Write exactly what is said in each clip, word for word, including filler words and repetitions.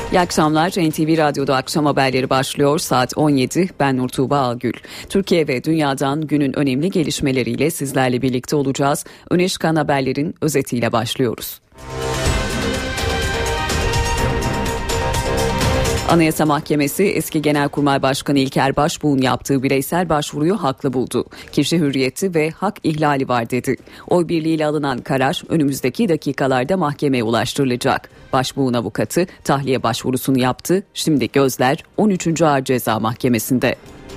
İyi akşamlar. N T V Radyo'da akşam haberleri başlıyor. Saat on yedi. Ben Nur Tuğba Algül. Türkiye ve dünyadan günün önemli gelişmeleriyle sizlerle birlikte olacağız. Öne çıkan haberlerin özetiyle başlıyoruz. Anayasa Mahkemesi eski Genelkurmay Başkanı İlker Başbuğ'un yaptığı bireysel başvuruyu haklı buldu. Kişi hürriyeti ve hak ihlali var dedi. Oy birliğiyle alınan karar önümüzdeki dakikalarda mahkemeye ulaştırılacak. Başbuğ'un avukatı tahliye başvurusunu yaptı. Şimdi gözler on üçüncü Ağır Ceza Mahkemesi'nde.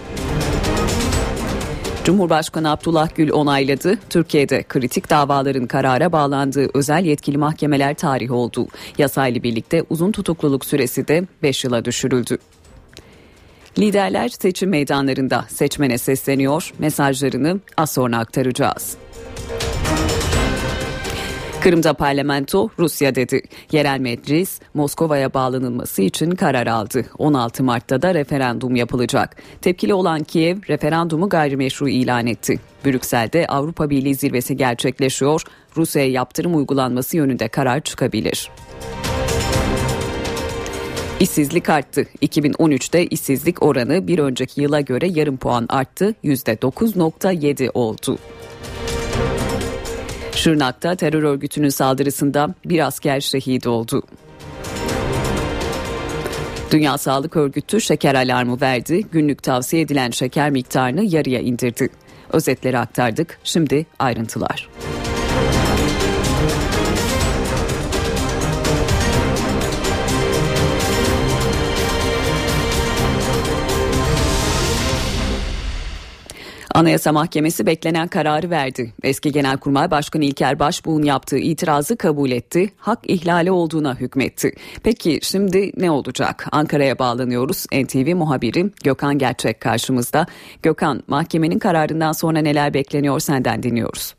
Cumhurbaşkanı Abdullah Gül onayladı. Türkiye'de kritik davaların karara bağlandığı özel yetkili mahkemeler tarih oldu. Yasayla birlikte uzun tutukluluk süresi de beş yıla düşürüldü. Liderler seçim meydanlarında seçmene sesleniyor. Mesajlarını az sonra aktaracağız. Kırım'da parlamento Rusya dedi. Yerel meclis Moskova'ya bağlanılması için karar aldı. on altı Mart'ta da referandum yapılacak. Tepkili olan Kiev referandumu gayrimeşru ilan etti. Brüksel'de Avrupa Birliği zirvesi gerçekleşiyor. Rusya'ya yaptırım uygulanması yönünde karar çıkabilir. İşsizlik arttı. iki bin on üçte işsizlik oranı bir önceki yıla göre yarım puan arttı. yüzde dokuz virgül yedi oldu. Şırnak'ta terör örgütünün saldırısında bir asker şehit oldu. Dünya Sağlık Örgütü şeker alarmı verdi. Günlük tavsiye edilen şeker miktarını yarıya indirdi. Özetleri aktardık. Şimdi ayrıntılar. Anayasa Mahkemesi beklenen kararı verdi. Eski Genelkurmay Başkanı İlker Başbuğ'un yaptığı itirazı kabul etti. Hak ihlali olduğuna hükmetti. Peki şimdi ne olacak? Ankara'ya bağlanıyoruz. N T V muhabiri Gökhan Gerçek karşımızda. Gökhan, mahkemenin kararından sonra neler bekleniyor, senden dinliyoruz.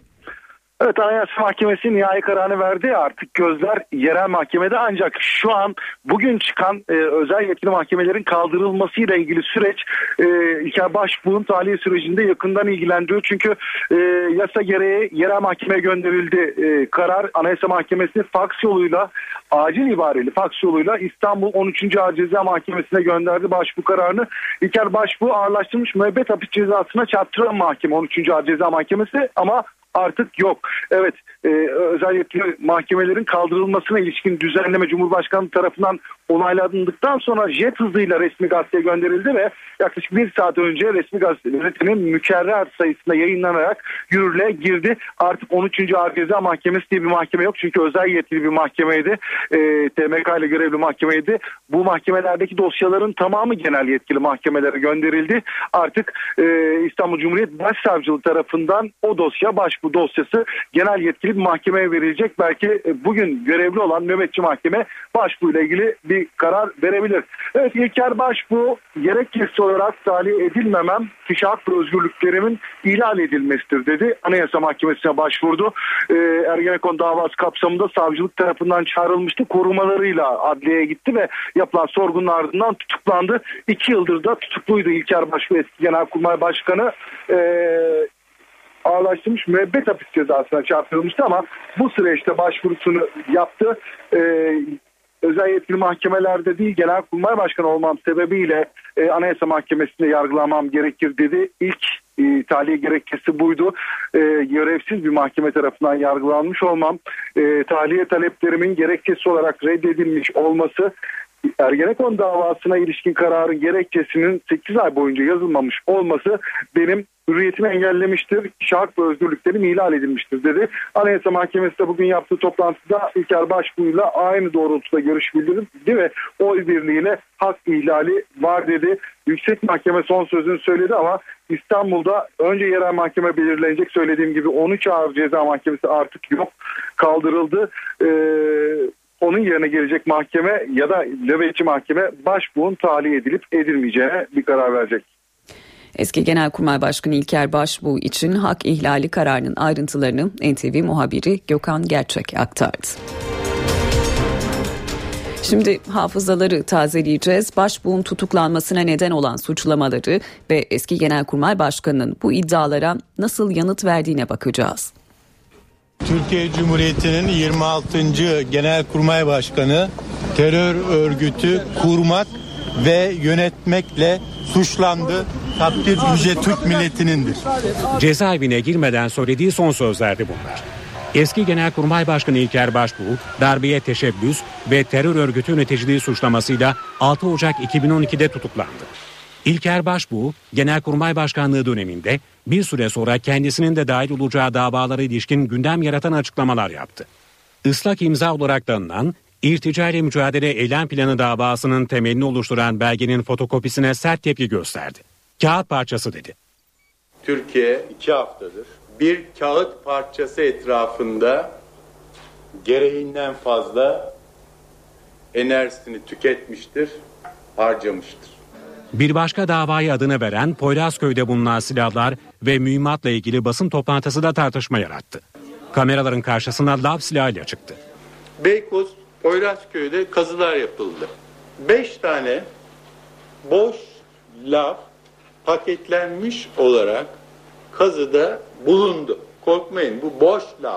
Evet, Anayasa Mahkemesi nihai kararını verdi. Artık gözler yerel mahkemede, ancak şu an bugün çıkan e, özel yetkili mahkemelerin kaldırılmasıyla ilgili süreç e, İlker Başbuğ'un tahliye sürecinde yakından ilgilendiriyor. Çünkü e, yasa gereği yerel mahkemeye gönderildi e, karar. Anayasa Mahkemesi faks yoluyla, acil ibareli faks yoluyla İstanbul on üçüncü Ağır Ceza Mahkemesi'ne gönderdi Başbuğ kararını. İlker Başbuğ ağırlaştırılmış müebbet hapis cezasına çarptıran mahkeme on üçüncü Ağır Ceza Mahkemesi, ama artık yok. Evet, e, özel yetkili mahkemelerin kaldırılmasına ilişkin düzenleme Cumhurbaşkanı tarafından onaylandıktan sonra jet hızıyla resmi gazeteye gönderildi ve yaklaşık bir saat önce resmi gazetenin mükerrer sayısında yayınlanarak yürürlüğe girdi. Artık on üçüncü Ağır Ceza Mahkemesi diye bir mahkeme yok, çünkü özel yetkili bir mahkemeydi. E, T M K ile görevli mahkemeydi. Bu mahkemelerdeki dosyaların tamamı genel yetkili mahkemelere gönderildi. Artık e, İstanbul Cumhuriyet Başsavcılığı tarafından o dosya, Başbuğ dosyası genel yetkili bir mahkemeye verilecek. Belki bugün görevli olan nöbetçi mahkeme Başbuğ ile ilgili bir karar verebilir. Evet, İlker Başbuğ gerekçesi olarak tahliye edilmemem kişi hak ve özgürlüklerimin ihlal edilmesidir dedi. Anayasa Mahkemesi'ne başvurdu. Ee, Ergenekon davası kapsamında savcılık tarafından çağrılmıştı. Korumalarıyla adliyeye gitti ve yapılan sorgunun ardından tutuklandı. İki yıldır da tutukluydu İlker Başbuğ, eski Genelkurmay Başkanı. Ee, ağırlaştırılmış müebbet hapis cezasına çarptırılmıştı, ama bu süreçte başvurusunu yaptı. Ee, özel yetkili mahkemelerde değil, Genelkurmay Başkanı olmam sebebiyle e, Anayasa Mahkemesi'nde yargılamam gerekir dedi. İlk e, tahliye gerekçesi buydu. E, görevsiz bir mahkeme tarafından yargılanmış olmam, e, tahliye taleplerimin gerekçesi olarak reddedilmiş olması, Ergenekon davasına ilişkin kararın gerekçesinin sekiz ay boyunca yazılmamış olması benim hürriyetimi engellemiştir, kişi hak ve özgürlüklerim ihlal edilmiştir dedi. Anayasa Mahkemesi de bugün yaptığı toplantıda İlker Başbuğ'yla aynı doğrultuda görüş bildirdi ve oy birliğiyle hak ihlali var dedi. Yüksek Mahkeme son sözünü söyledi, ama İstanbul'da önce yerel mahkeme belirlenecek, söylediğim gibi on üç Ağır Ceza Mahkemesi artık yok, kaldırıldı. Ee, onun yerine gelecek mahkeme ya da nöbetçi mahkeme Başbuğ'un tahliye edilip edilmeyeceğine bir karar verecek. Eski Genelkurmay Başkanı İlker Başbuğ için hak ihlali kararının ayrıntılarını N T V muhabiri Gökhan Gerçek aktardı. Şimdi hafızaları tazeleyeceğiz. Başbuğ'un tutuklanmasına neden olan suçlamaları ve eski Genelkurmay Başkanı'nın bu iddialara nasıl yanıt verdiğine bakacağız. Türkiye Cumhuriyeti'nin yirmi altıncı Genelkurmay Başkanı terör örgütü kurmak ve yönetmekle suçlandı. Takdir yüce Türk milletinindir. Cezaevine girmeden söylediği son sözlerdi bunlar. Eski Genelkurmay Başkanı İlker Başbuğ, darbeye teşebbüs ve terör örgütü yöneticiliği suçlamasıyla altı Ocak iki bin on ikide tutuklandı. İlker Başbuğ, Genelkurmay Başkanlığı döneminde bir süre sonra kendisinin de dahil olacağı davalara ilişkin gündem yaratan açıklamalar yaptı. Islak imza olarak tanınan İrtica ile Mücadele Eylem Planı davasının temelini oluşturan belgenin fotokopisine sert tepki gösterdi. Kağıt parçası dedi. Türkiye iki haftadır bir kağıt parçası etrafında gereğinden fazla enerjisini tüketmiştir, harcamıştır. Bir başka davaya adını veren Poyrazköy'de bulunan silahlar ve mühimmatla ilgili basın toplantısı da tartışma yarattı. Kameraların karşısına lav silahıyla çıktı. Beykoz, Poyrazköy'de kazılar yapıldı. Beş tane boş lav paketlenmiş olarak kazıda bulundu. Korkmayın, bu boş lav.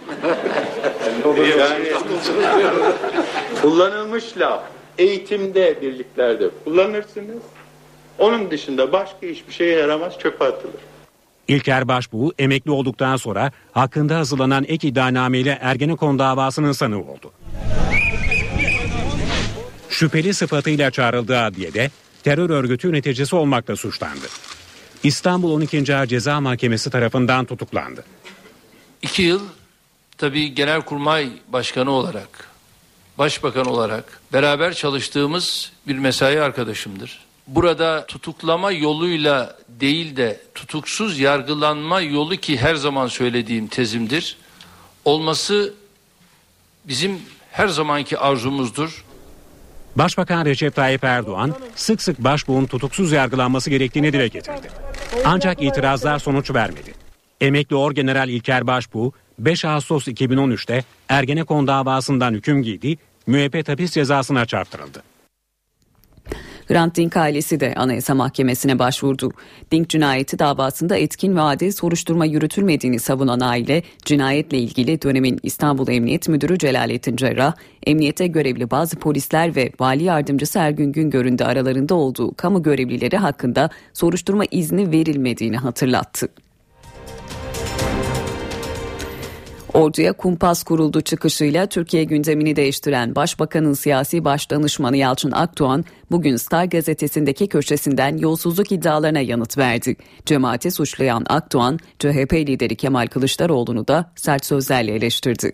Yani kullanılmış lav. Eğitimde, birliklerde kullanırsınız. Onun dışında başka hiçbir şeye yaramaz, çöpe atılır. İlker Başbuğ emekli olduktan sonra hakkında hazırlanan ek iddianameyle Ergenekon davasının sanığı oldu. Şüpheli sıfatıyla çağrıldığı adliyede terör örgütü yöneticisi olmakla suçlandı. İstanbul on ikinci Ağır Ceza Mahkemesi tarafından tutuklandı. İki yıl tabii Genelkurmay Başkanı olarak, Başbakan olarak beraber çalıştığımız bir mesai arkadaşımdır. Burada tutuklama yoluyla değil de tutuksuz yargılanma yolu, ki her zaman söylediğim tezimdir, olması bizim her zamanki arzumuzdur. Başbakan Recep Tayyip Erdoğan sık sık Başbuğ'un tutuksuz yargılanması gerektiğini dile getirdi. Ancak itirazlar sonuç vermedi. Emekli Orgeneral İlker Başbuğ beş Ağustos iki bin on üçte Ergenekon davasından hüküm giydi, müebbet hapis cezasına çarptırıldı. Hrant Dink ailesi de Anayasa Mahkemesi'ne başvurdu. Dink cinayeti davasında etkin ve adil soruşturma yürütülmediğini savunan aile, cinayetle ilgili dönemin İstanbul Emniyet Müdürü Celalettin Cerrah, emniyete görevli bazı polisler ve Vali Yardımcısı Ergün Güngör'ün de aralarında olduğu kamu görevlileri hakkında soruşturma izni verilmediğini hatırlattı. Orduya kumpas kuruldu çıkışıyla Türkiye gündemini değiştiren Başbakanın siyasi başdanışmanı Yalçın Akdoğan, bugün Star gazetesindeki köşesinden yolsuzluk iddialarına yanıt verdi. Cemaati suçlayan Akdoğan, C H P lideri Kemal Kılıçdaroğlu'nu da sert sözlerle eleştirdi.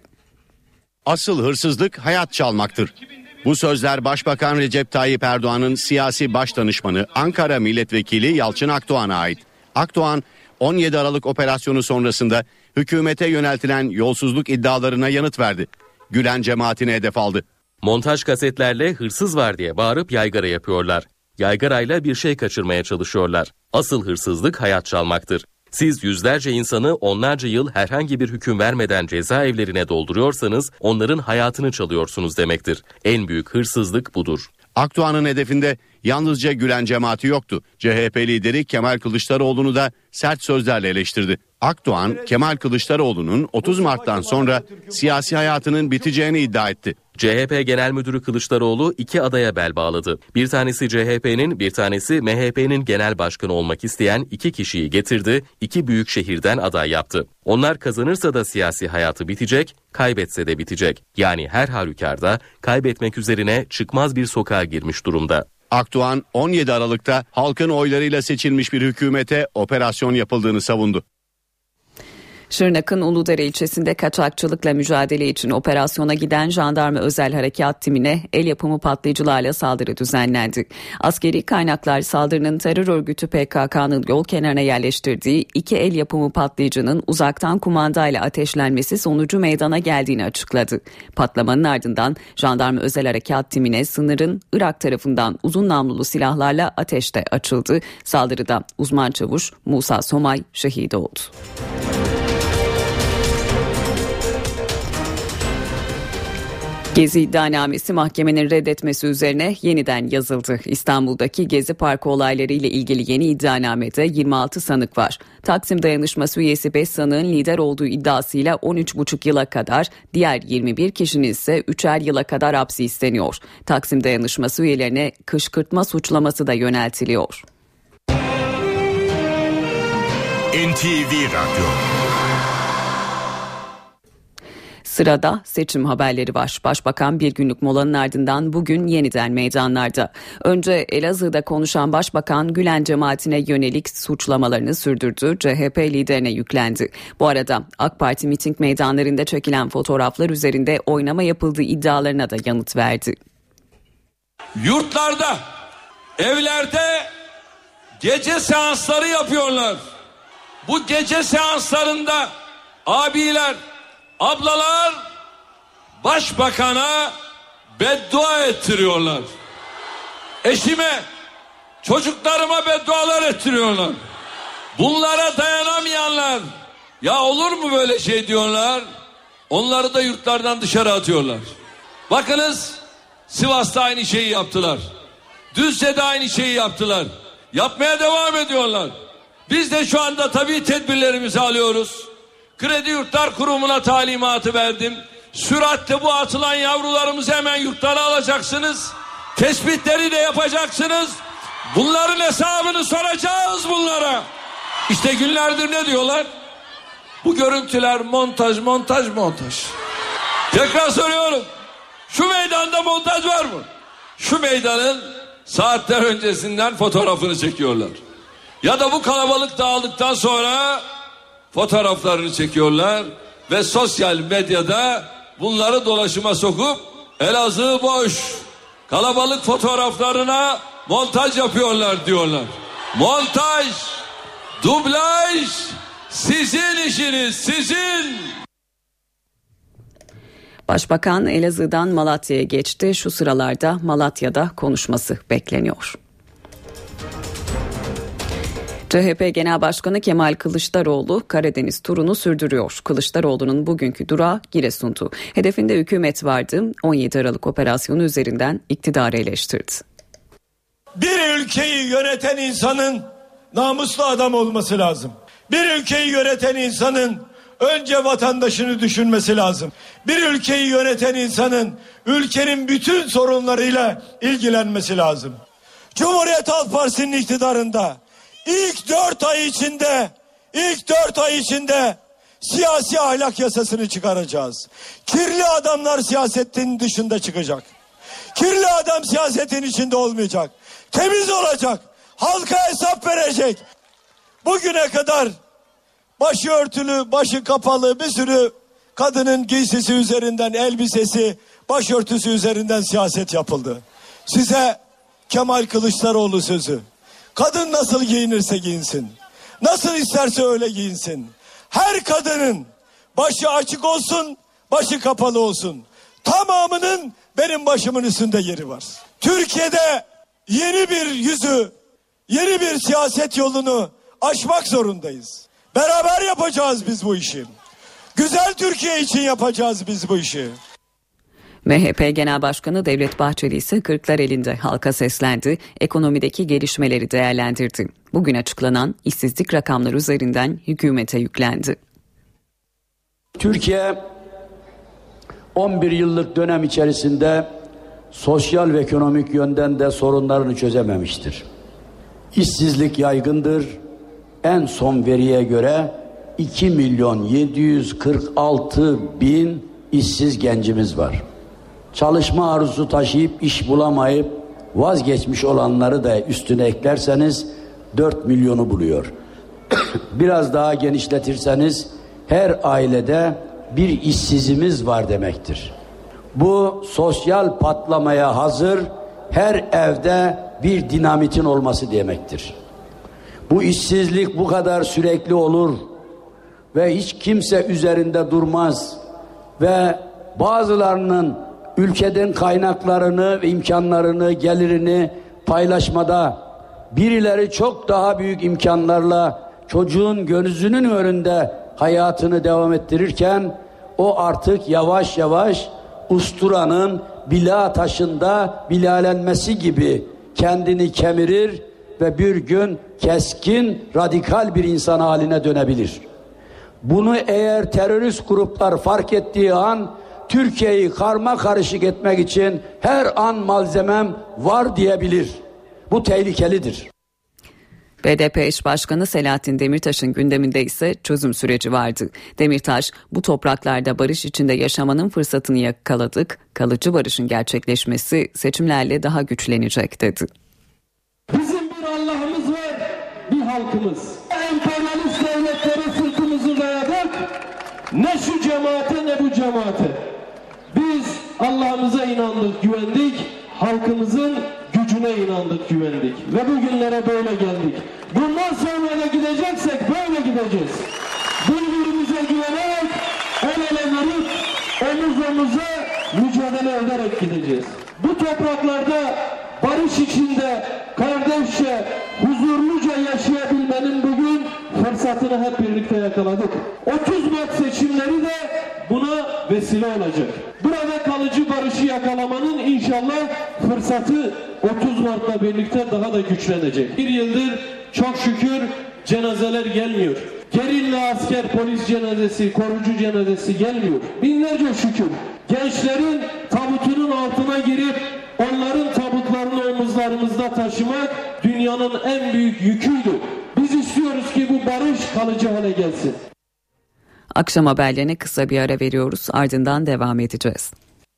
Asıl hırsızlık hayat çalmaktır. Bu sözler Başbakan Recep Tayyip Erdoğan'ın siyasi başdanışmanı Ankara Milletvekili Yalçın Akdoğan'a ait. Akdoğan, on yedi Aralık operasyonu sonrasında hükümete yöneltilen yolsuzluk iddialarına yanıt verdi. Gülen cemaatine hedef aldı. Montaj kasetlerle hırsız var diye bağırıp yaygara yapıyorlar. Yaygarayla bir şey kaçırmaya çalışıyorlar. Asıl hırsızlık hayat çalmaktır. Siz yüzlerce insanı onlarca yıl herhangi bir hüküm vermeden cezaevlerine dolduruyorsanız onların hayatını çalıyorsunuz demektir. En büyük hırsızlık budur. Akdoğan'ın hedefinde yalnızca Gülen cemaati yoktu. C H P lideri Kemal Kılıçdaroğlu'nu da sert sözlerle eleştirdi. Akdoğan, Kemal Kılıçdaroğlu'nun otuz Mart'tan sonra siyasi hayatının biteceğini iddia etti. C H P Genel Müdürü Kılıçdaroğlu iki adaya bel bağladı. Bir tanesi C H P'nin, bir tanesi M H P'nin genel başkanı olmak isteyen iki kişiyi getirdi, iki büyük şehirden aday yaptı. Onlar kazanırsa da siyasi hayatı bitecek, kaybetse de bitecek. Yani her halükarda kaybetmek üzerine çıkmaz bir sokağa girmiş durumda. Akdoğan, on yedi Aralık'ta halkın oylarıyla seçilmiş bir hükümete operasyon yapıldığını savundu. Şırnak'ın Uludere ilçesinde kaçakçılıkla mücadele için operasyona giden jandarma özel harekat timine el yapımı patlayıcılarla saldırı düzenlendi. Askeri kaynaklar saldırının terör örgütü P K K'nın yol kenarına yerleştirdiği iki el yapımı patlayıcının uzaktan kumandayla ateşlenmesi sonucu meydana geldiğini açıkladı. Patlamanın ardından jandarma özel harekat timine sınırın Irak tarafından uzun namlulu silahlarla ateşte açıldı. Saldırıda uzman çavuş Musa Somay şehit oldu. Gezi iddianamesi mahkemenin reddetmesi üzerine yeniden yazıldı. İstanbul'daki Gezi Parkı olayları ile ilgili yeni iddianamede yirmi altı sanık var. Taksim Dayanışması üyesi beş sanığın lider olduğu iddiasıyla on üç buçuk yıla kadar, diğer yirmi bir kişinin ise üçer yıla kadar hapsi isteniyor. Taksim Dayanışması üyelerine kışkırtma suçlaması da yöneltiliyor. N T V Radyo. Sırada seçim haberleri var. Başbakan bir günlük molanın ardından bugün yeniden meydanlarda. Önce Elazığ'da konuşan Başbakan Gülen cemaatine yönelik suçlamalarını sürdürdü. C H P liderine yüklendi. Bu arada AK Parti miting meydanlarında çekilen fotoğraflar üzerinde oynama yapıldığı iddialarına da yanıt verdi. Yurtlarda, evlerde gece seansları yapıyorlar. Bu gece seanslarında abiler, ablalar başbakana beddua ettiriyorlar. Eşime, çocuklarıma beddualar ettiriyorlar. Bunlara dayanamayanlar, ya olur mu böyle şey diyorlar. Onları da yurtlardan dışarı atıyorlar. Bakınız, Sivas'ta aynı şeyi yaptılar. Düzce'de aynı şeyi yaptılar. Yapmaya devam ediyorlar. Biz de şu anda tabii tedbirlerimizi alıyoruz. Kredi Yurtlar Kurumu'na talimatı verdim. Süratle bu atılan yavrularımızı hemen yurtlara alacaksınız. Tespitleri de yapacaksınız. Bunların hesabını soracağız bunlara. İşte günlerdir ne diyorlar? Bu görüntüler montaj, montaj, montaj. Tekrar soruyorum. Şu meydanda montaj var mı? Şu meydanın saatler öncesinden fotoğrafını çekiyorlar. Ya da bu kalabalık dağıldıktan sonra fotoğraflarını çekiyorlar ve sosyal medyada bunları dolaşıma sokup Elazığ boş, kalabalık fotoğraflarına montaj yapıyorlar diyorlar. Montaj, dublaj sizin işiniz, sizin. Başbakan Elazığ'dan Malatya'ya geçti. Şu sıralarda Malatya'da konuşması bekleniyor. C H P Genel Başkanı Kemal Kılıçdaroğlu Karadeniz turunu sürdürüyor. Kılıçdaroğlu'nun bugünkü durağı Giresun'du. Hedefinde hükümet vardı. on yedi Aralık operasyonu üzerinden iktidarı eleştirdi. Bir ülkeyi yöneten insanın namuslu adam olması lazım. Bir ülkeyi yöneten insanın önce vatandaşını düşünmesi lazım. Bir ülkeyi yöneten insanın ülkenin bütün sorunlarıyla ilgilenmesi lazım. Cumhuriyet Halk Partisi'nin iktidarında İlk dört ay içinde, ilk dört ay içinde siyasi ahlak yasasını çıkaracağız. Kirli adamlar siyasetin dışında çıkacak. Kirli adam siyasetin içinde olmayacak. Temiz olacak. Halka hesap verecek. Bugüne kadar başı örtülü, başı kapalı bir sürü kadının giysisi üzerinden, elbisesi, başörtüsü üzerinden siyaset yapıldı. Size Kemal Kılıçdaroğlu sözü. Kadın nasıl giyinirse giyinsin. Nasıl isterse öyle giyinsin. Her kadının başı açık olsun, başı kapalı olsun. Tamamının benim başımın üstünde yeri var. Türkiye'de yeni bir yüzü, yeni bir siyaset yolunu aşmak zorundayız. Beraber yapacağız biz bu işi. Güzel Türkiye için yapacağız biz bu işi. M H P Genel Başkanı Devlet Bahçeli ise Kırklareli'nde halka seslendi, ekonomideki gelişmeleri değerlendirdi. Bugün açıklanan işsizlik rakamları üzerinden hükümete yüklendi. Türkiye on bir yıllık dönem içerisinde sosyal ve ekonomik yönden de sorunlarını çözememiştir. İşsizlik yaygındır. En son veriye göre iki milyon yedi yüz kırk altı bin işsiz gencimiz var. Çalışma arzusu taşıyıp iş bulamayıp vazgeçmiş olanları da üstüne eklerseniz dört milyonu buluyor. Biraz daha genişletirseniz her ailede bir işsizimiz var demektir. Bu sosyal patlamaya hazır her evde bir dinamitin olması demektir. Bu işsizlik bu kadar sürekli olur ve hiç kimse üzerinde durmaz ve bazılarının ülkeden kaynaklarını ve imkanlarını, gelirini paylaşmada birileri çok daha büyük imkanlarla çocuğun gözünün önünde hayatını devam ettirirken o artık yavaş yavaş usturanın bila taşında bilalenmesi gibi kendini kemirir ve bir gün keskin, radikal bir insan haline dönebilir. Bunu eğer terörist gruplar fark ettiği an Türkiye'yi karma karışık etmek için her an malzemem var diyebilir. Bu tehlikelidir. B D P eş başkanı Selahattin Demirtaş'ın gündeminde ise çözüm süreci vardı. Demirtaş, bu topraklarda barış içinde yaşamanın fırsatını yakaladık, kalıcı barışın gerçekleşmesi seçimlerle daha güçlenecek dedi. Bizim bir Allah'ımız var, bir halkımız. Emperyalist devletlere sırtımızı dayadık, ne şu cemaate ne bu cemaate. Biz Allah'ımıza inandık, güvendik, halkımızın gücüne inandık, güvendik ve bugünlere böyle geldik. Bundan sonra da gideceksek böyle gideceğiz. Birbirimize güvenerek, el ele verip, omuz omuza mücadele ederek gideceğiz. Bu topraklarda barış içinde, kardeşçe, huzurluca yaşayabilmenin bugün fırsatını hep birlikte yakaladık. otuz Mart seçimleri de buna vesile olacak. Burada kalıcı barışı yakalamanın inşallah fırsatı otuz Mart'la birlikte daha da güçlenecek. Bir yıldır çok şükür cenazeler gelmiyor. Gerinli asker, polis cenazesi, korucu cenazesi gelmiyor. Binlerce şükür. Gençlerin tabutunun altına girip onların tabutlarını omuzlarımızda taşımak dünyanın en büyük yüküydü. Biz istiyoruz ki bu barış kalıcı hale gelsin. Akşam haberlerine kısa bir ara veriyoruz, ardından devam edeceğiz.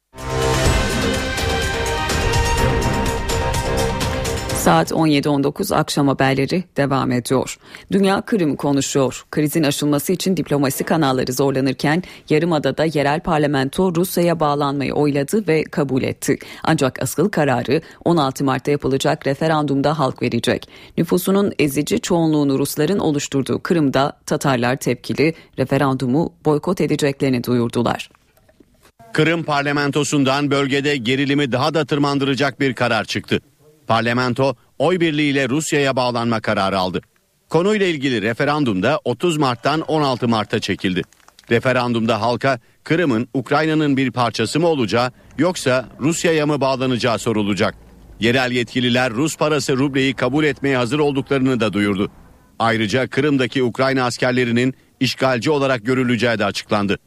Saat on yedi on dokuz akşam haberleri devam ediyor. Dünya Kırım'ı konuşuyor. Krizin aşılması için diplomasi kanalları zorlanırken Yarımada'da yerel parlamento Rusya'ya bağlanmayı oyladı ve kabul etti. Ancak asıl kararı on altı Mart'ta yapılacak referandumda halk verecek. Nüfusunun ezici çoğunluğunu Rusların oluşturduğu Kırım'da Tatarlar tepkili, referandumu boykot edeceklerini duyurdular. Kırım parlamentosundan bölgede gerilimi daha da tırmandıracak bir karar çıktı. Parlamento oy birliğiyle Rusya'ya bağlanma kararı aldı. Konuyla ilgili referandumda otuz Mart'tan on altı Mart'a çekildi. Referandumda halka Kırım'ın Ukrayna'nın bir parçası mı olacağı yoksa Rusya'ya mı bağlanacağı sorulacak. Yerel yetkililer Rus parası rubleyi kabul etmeye hazır olduklarını da duyurdu. Ayrıca Kırım'daki Ukrayna askerlerinin işgalci olarak görüleceği de açıklandı.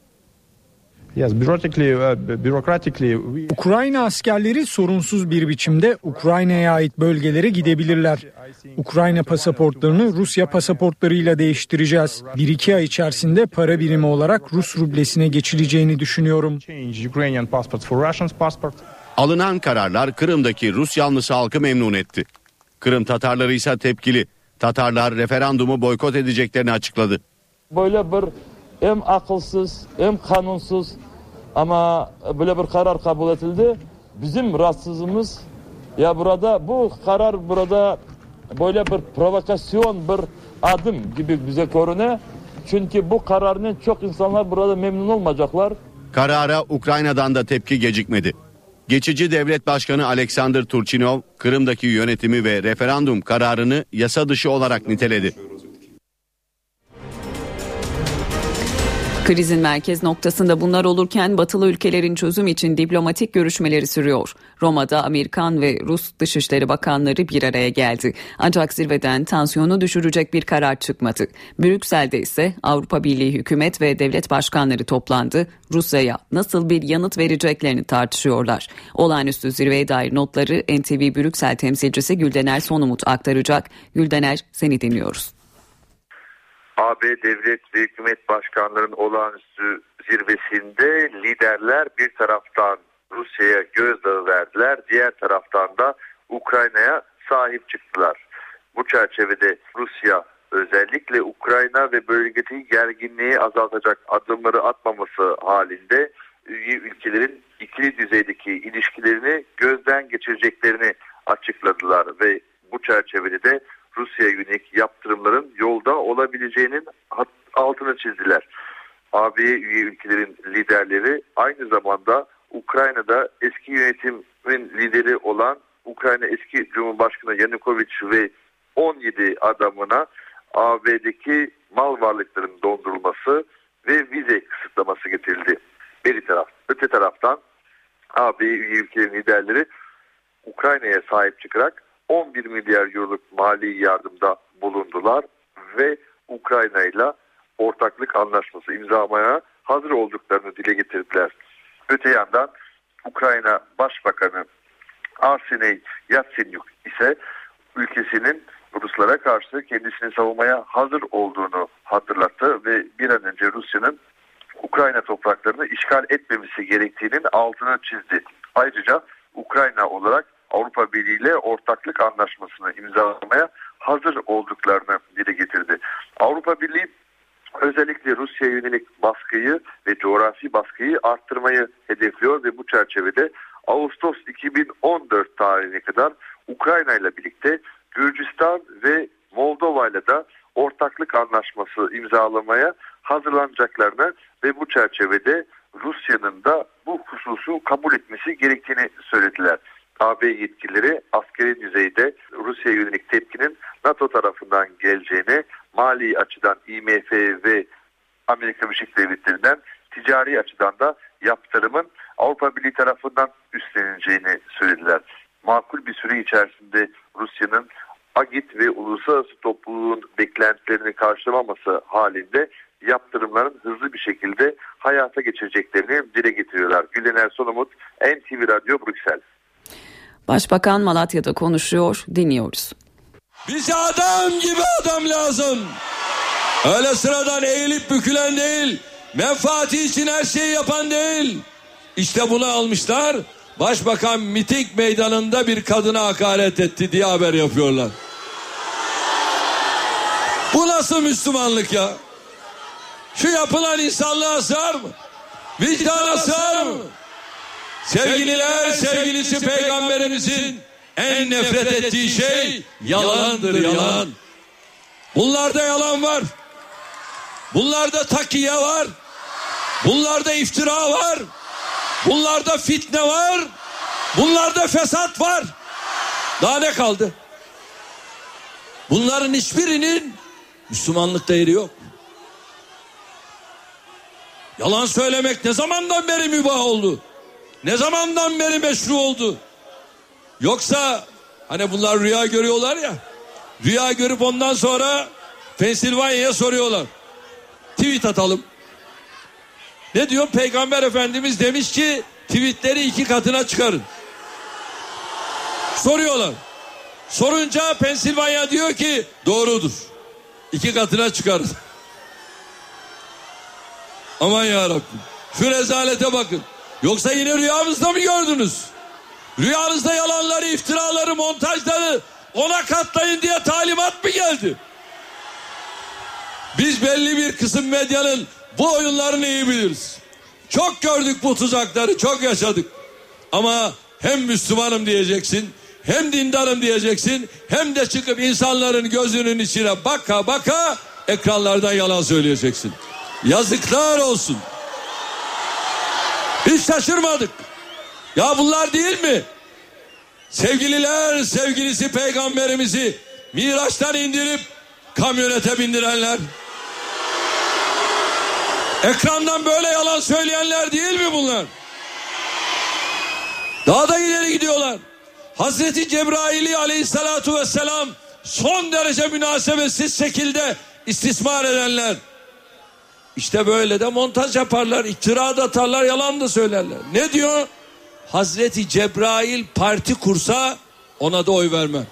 Ukrayna askerleri sorunsuz bir biçimde Ukrayna'ya ait bölgelere gidebilirler. Ukrayna pasaportlarını Rusya pasaportlarıyla değiştireceğiz. Bir iki ay içerisinde para birimi olarak Rus rublesine geçileceğini düşünüyorum. Alınan kararlar Kırım'daki Rus yanlısı halkı memnun etti. Kırım Tatarları ise tepkili. Tatarlar referandumu boykot edeceklerini açıkladı. Böyle bir hem akılsız hem kanunsuz ama böyle bir karar kabul edildi. Bizim rahatsızlığımız ya burada bu karar burada böyle bir provokasyon bir adım gibi bize görünüyor. Çünkü bu kararın çok insanlar burada memnun olmayacaklar. Karara Ukrayna'dan da tepki gecikmedi. Geçici Devlet Başkanı Alexander Turchinov Kırım'daki yönetimi ve referandum kararını yasa dışı olarak niteledi. Krizin merkez noktasında bunlar olurken batılı ülkelerin çözüm için diplomatik görüşmeleri sürüyor. Roma'da Amerikan ve Rus Dışişleri Bakanları bir araya geldi. Ancak zirveden tansiyonu düşürecek bir karar çıkmadı. Brüksel'de ise Avrupa Birliği hükümet ve devlet başkanları toplandı. Rusya'ya nasıl bir yanıt vereceklerini tartışıyorlar. Olağanüstü zirveye dair notları N T V Brüksel temsilcisi Güldener Sonumut aktaracak. Güldener, seni dinliyoruz. A B devlet ve hükümet başkanlarının olağanüstü zirvesinde liderler bir taraftan Rusya'ya gözdağı verdiler, diğer taraftan da Ukrayna'ya sahip çıktılar. Bu çerçevede Rusya özellikle Ukrayna ve bölgedeki gerginliği azaltacak adımları atmaması halinde üye ülkelerin ikili düzeydeki ilişkilerini gözden geçireceklerini açıkladılar ve bu çerçevede de Rusya'ya yönelik yaptırımların yolda olabileceğinin altını çizdiler. A B'ye üye ülkelerin liderleri aynı zamanda Ukrayna'da eski yönetimin lideri olan Ukrayna eski Cumhurbaşkanı Yanukovych ve on yedi adamına A B'deki mal varlıklarının dondurulması ve vize kısıtlaması getirildi. Bir taraf, öte taraftan A B üye ülkelerin liderleri Ukrayna'ya sahip çıkarak on bir milyar euroluk mali yardımda bulundular ve Ukrayna ile ortaklık anlaşması imzalamaya hazır olduklarını dile getirdiler. Öte yandan Ukrayna Başbakanı Arsenij Yatsenyuk ise ülkesinin Ruslara karşı kendisini savunmaya hazır olduğunu hatırlattı ve bir an önce Rusya'nın Ukrayna topraklarını işgal etmemesi gerektiğinin altını çizdi. Ayrıca Ukrayna olarak Avrupa Birliği ile ortaklık anlaşmasını imzalamaya hazır olduklarını dile getirdi. Avrupa Birliği özellikle Rusya'ya yönelik baskıyı ve coğrafi baskıyı arttırmayı hedefliyor ve bu çerçevede Ağustos iki bin on dört tarihine kadar Ukrayna ile birlikte Gürcistan ve Moldova ile de ortaklık anlaşması imzalamaya hazırlanacaklarını ve bu çerçevede Rusya'nın da bu hususu kabul etmesi gerektiğini söylediler. A B yetkilileri askeri düzeyde Rusya'ya yönelik tepkinin NATO tarafından geleceğini, mali açıdan I M F ve Amerika Birleşik Devletleri'nden ticari açıdan da yaptırımın Avrupa Birliği tarafından üstlenileceğini söylediler. Makul bir süre içerisinde Rusya'nın Agit ve uluslararası topluluğun beklentilerini karşılamaması halinde yaptırımların hızlı bir şekilde hayata geçireceklerini dile getiriyorlar. Gülener Solumut, N T V Radyo, Brüksel. Başbakan Malatya'da konuşuyor, dinliyoruz. Bize adam gibi adam lazım. Öyle sıradan eğilip bükülen değil, menfaati için her şeyi yapan değil. İşte bunu almışlar. Başbakan miting meydanında bir kadına hakaret etti diye haber yapıyorlar. Bu nasıl Müslümanlık ya? Şu yapılan insanlığa sığar mı? Vicdana sığar mı? Sevgililer sevgilisi Peygamberimizin en nefret ettiği şey yalandır, yalan. Bunlarda yalan var. Bunlarda takiye var. Bunlarda iftira var. Bunlarda fitne var. Bunlarda fesat var. Daha ne kaldı? Bunların hiçbirinin Müslümanlıkta yeri yok. Yalan söylemek ne zamandan beri mübah oldu? Ne zamandan beri meşru oldu? Yoksa hani bunlar rüya görüyorlar ya. Rüya görüp ondan sonra Pensilvanya'ya soruyorlar. Tweet atalım. Ne diyor? Peygamber Efendimiz demiş ki tweetleri iki katına çıkarın. Soruyorlar. Sorunca Pensilvanya diyor ki doğrudur. İki katına çıkarın. Aman yarabbim. Şu rezalete bakın. Yoksa yine rüyanızda mı gördünüz? Rüyanızda yalanları, iftiraları, montajları ona katlayın diye talimat mı geldi? Biz belli bir kısım medyanın bu oyunlarını iyi biliriz. Çok gördük bu tuzakları, çok yaşadık. Ama hem Müslümanım diyeceksin, hem dindarım diyeceksin, hem de çıkıp insanların gözünün içine baka baka ekranlardan yalan söyleyeceksin. Yazıklar olsun. Hiç şaşırmadık. Ya bunlar değil mi? Sevgililer sevgilisi Peygamberimizi Miraç'tan indirip kamyonete bindirenler. Ekrandan böyle yalan söyleyenler değil mi bunlar? Daha da ileri gidiyorlar. Hazreti Cebrail'i aleyhissalatu vesselam son derece münasebetsiz şekilde istismar edenler. İşte böyle de montaj yaparlar, iftira da atarlar, yalan da söylerler. Ne diyor? Hazreti Cebrail parti kursa ona da oy vermem.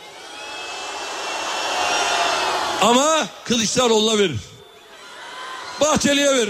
Ama Kılıçdaroğlu'na verir. Bahçeli'ye verir.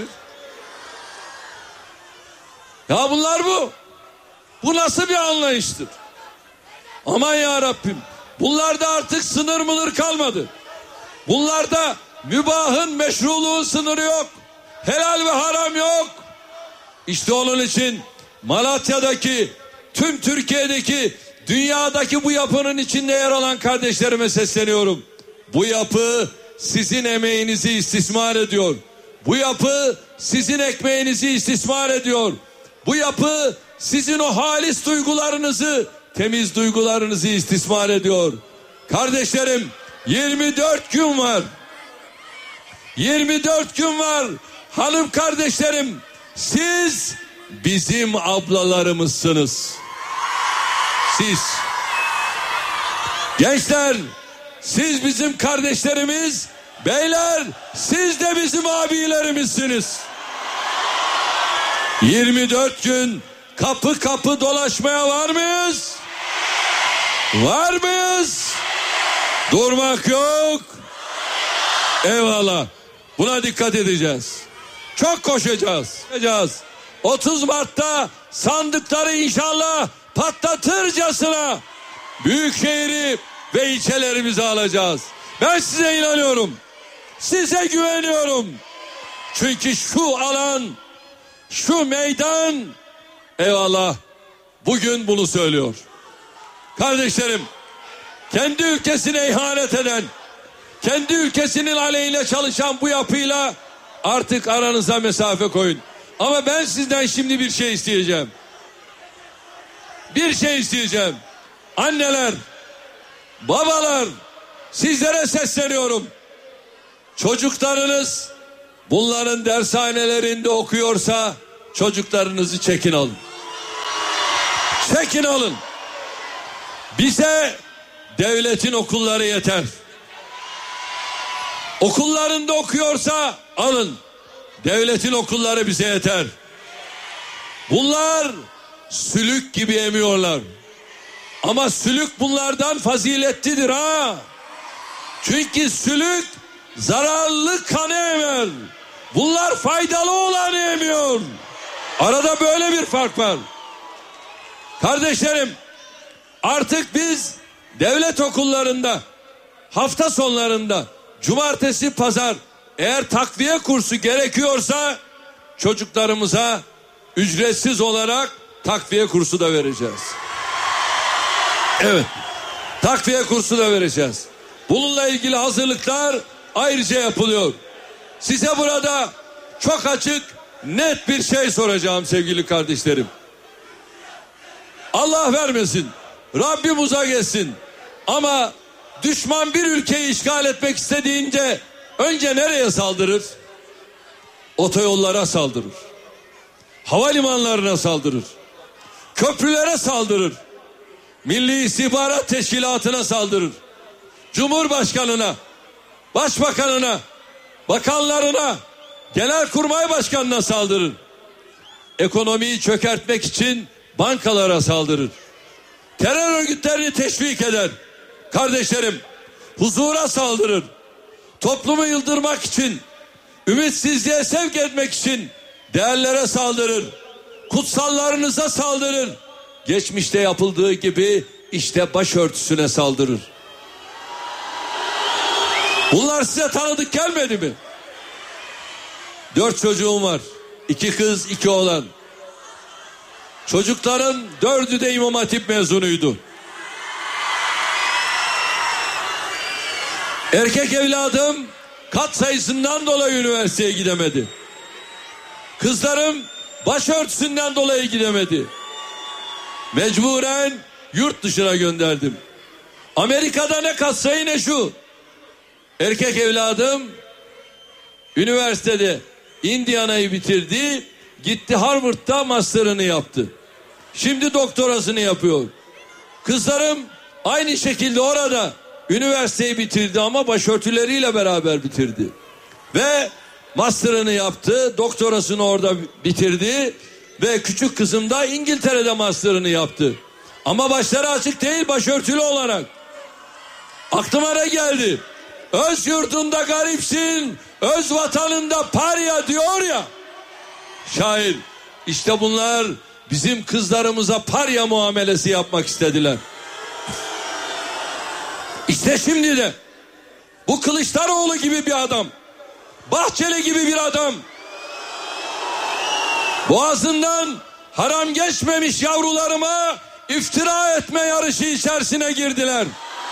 Ya bunlar bu. Bu nasıl bir anlayıştır? Aman ya Rabbim. Bunlarda artık sınır mınır kalmadı. Bunlarda mübahın, meşruluğun sınırı yok. Helal ve haram yok. İşte onun için Malatya'daki, tüm Türkiye'deki, dünyadaki bu yapının içinde yer alan kardeşlerime sesleniyorum. Bu yapı sizin emeğinizi istismar ediyor. Bu yapı sizin ekmeğinizi istismar ediyor. Bu yapı sizin o halis duygularınızı, temiz duygularınızı istismar ediyor. Kardeşlerim, yirmi dört gün var. yirmi dört gün var. Hanım kardeşlerim, siz bizim ablalarımızsınız. Siz. Gençler, siz bizim kardeşlerimiz, beyler, siz de bizim abilerimizsiniz. yirmi dört gün kapı kapı dolaşmaya var mıyız? Var mıyız? Durmak yok. Eyvallah. Buna dikkat edeceğiz. Çok koşacağız. koşacağız. otuz Mart'ta sandıkları inşallah patlatırcasına büyükşehiri ve ilçelerimizi alacağız. Ben size inanıyorum. Size güveniyorum. Çünkü şu alan, şu meydan, eyvallah, bugün bunu söylüyor. Kardeşlerim, kendi ülkesine ihanet eden, kendi ülkesinin aleyhine çalışan bu yapıyla artık aranıza mesafe koyun. Ama ben sizden şimdi bir şey isteyeceğim. Bir şey isteyeceğim. Anneler, babalar, sizlere sesleniyorum. Çocuklarınız bunların dershanelerinde okuyorsa çocuklarınızı çekin alın. Çekin alın. Bize devletin okulları yeter. Okullarında okuyorsa alın. Devletin okulları bize yeter. Bunlar sülük gibi emiyorlar. Ama sülük bunlardan faziletlidir ha. Çünkü sülük zararlı kanı emer. Bunlar faydalı olanı emiyor. Arada böyle bir fark var. Kardeşlerim, artık biz devlet okullarında hafta sonlarında cumartesi pazar eğer takviye kursu gerekiyorsa çocuklarımıza ücretsiz olarak takviye kursu da vereceğiz. Evet, takviye kursu da vereceğiz. Bununla ilgili hazırlıklar ayrıca yapılıyor. Size burada çok açık, net bir şey soracağım sevgili kardeşlerim. Allah vermesin, Rabbim uzak etsin. Ama düşman bir ülkeyi işgal etmek istediğinde önce nereye saldırır? Otoyollara saldırır. Havalimanlarına saldırır. Köprülere saldırır. Milli İstihbarat Teşkilatı'na saldırır. Cumhurbaşkanına, başbakanına, bakanlarına, genelkurmay başkanına saldırır. Ekonomiyi çökertmek için bankalara saldırır. Terör örgütlerini teşvik eder. Kardeşlerim, huzura saldırır. Toplumu yıldırmak için, ümitsizliğe sevk etmek için değerlere saldırır. Kutsallarınıza saldırır. Geçmişte yapıldığı gibi işte başörtüsüne saldırır. Bunlar size tanıdık gelmedi mi? Dört çocuğum var. İki kız, iki oğlan. Çocukların dördü de İmam Hatip mezunuydu. Erkek evladım kat sayısından dolayı üniversiteye gidemedi. Kızlarım başörtüsünden dolayı gidemedi. Mecburen yurt dışına gönderdim. Amerika'da ne kat sayı ne şu. Erkek evladım üniversitede Indiana'yı bitirdi. Gitti Harvard'da master'ını yaptı. Şimdi doktorasını yapıyor. Kızlarım aynı şekilde orada üniversiteyi bitirdi ama başörtüleriyle beraber bitirdi. Ve master'ını yaptı, doktorasını orada bitirdi ve küçük kızım da İngiltere'de master'ını yaptı. Ama başları açık değil başörtülü olarak. Aklıma ne geldi? Öz yurdunda garipsin, öz vatanında parya diyor ya. Şair, işte bunlar bizim kızlarımıza parya muamelesi yapmak istediler. İşte şimdi de bu Kılıçdaroğlu gibi bir adam, Bahçeli gibi bir adam, boğazından haram geçmemiş yavrularıma iftira etme yarışı içerisine girdiler.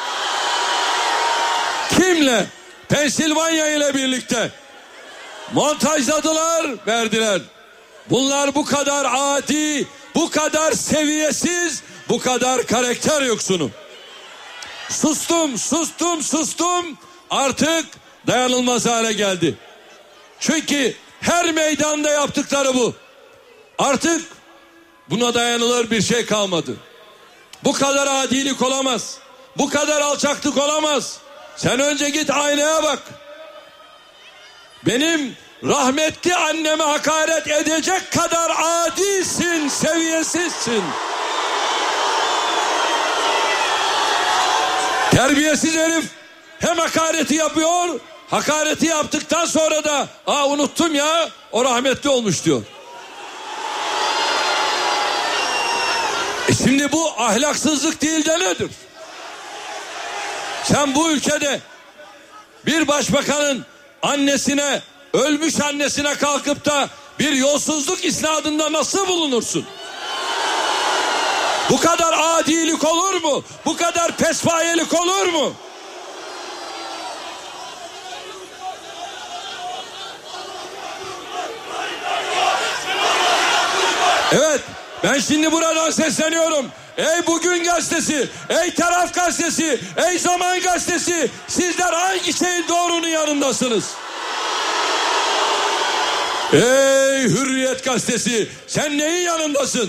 Kimle? Pensilvanya ile birlikte montajladılar, verdiler. Bunlar bu kadar adi, bu kadar seviyesiz, bu kadar karakter yoksunu. Sustum, sustum, sustum. Artık dayanılmaz hale geldi. Çünkü her meydanda yaptıkları bu. Artık buna dayanılır bir şey kalmadı. Bu kadar adilik olamaz. Bu kadar alçaklık olamaz. Sen önce git aynaya bak. Benim rahmetli anneme hakaret edecek kadar adisin, seviyesizsin. Terbiyesiz herif hem hakareti yapıyor, hakareti yaptıktan sonra da aa unuttum ya o rahmetli olmuş diyor. E şimdi bu ahlaksızlık değil de nedir? Sen bu ülkede bir başbakanın annesine, ölmüş annesine kalkıp da bir yolsuzluk isnadında nasıl bulunursun? Bu kadar adilik olur mu? Bu kadar pespayelik olur mu? Evet, ben şimdi buradan sesleniyorum. Ey Bugün Gazetesi, ey Taraf Gazetesi, ey Zaman Gazetesi, sizler hangi şeyin doğrunun yanındasınız? Ey Hürriyet Gazetesi, sen neyin yanındasın?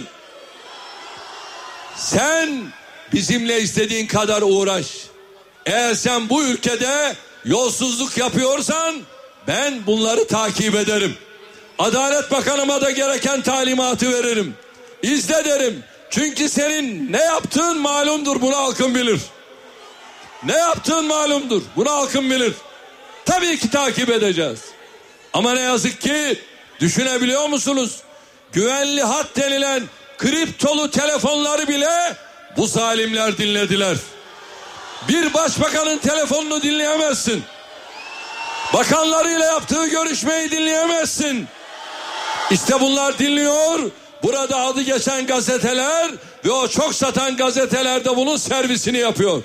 Sen bizimle istediğin kadar uğraş. Eğer sen bu ülkede yolsuzluk yapıyorsan ben bunları takip ederim. Adalet Bakanıma da gereken talimatı veririm. İzle derim. Çünkü senin ne yaptığın malumdur, bunu halkın bilir. Ne yaptığın malumdur, bunu halkın bilir. Tabii ki takip edeceğiz. Ama ne yazık ki düşünebiliyor musunuz? Güvenli hat denilen kriptolu telefonları bile bu zalimler dinlediler. Bir başbakanın telefonunu dinleyemezsin. Bakanlarıyla yaptığı görüşmeyi dinleyemezsin. İşte bunlar dinliyor. Burada adı geçen gazeteler ve o çok satan gazeteler de bunun servisini yapıyor.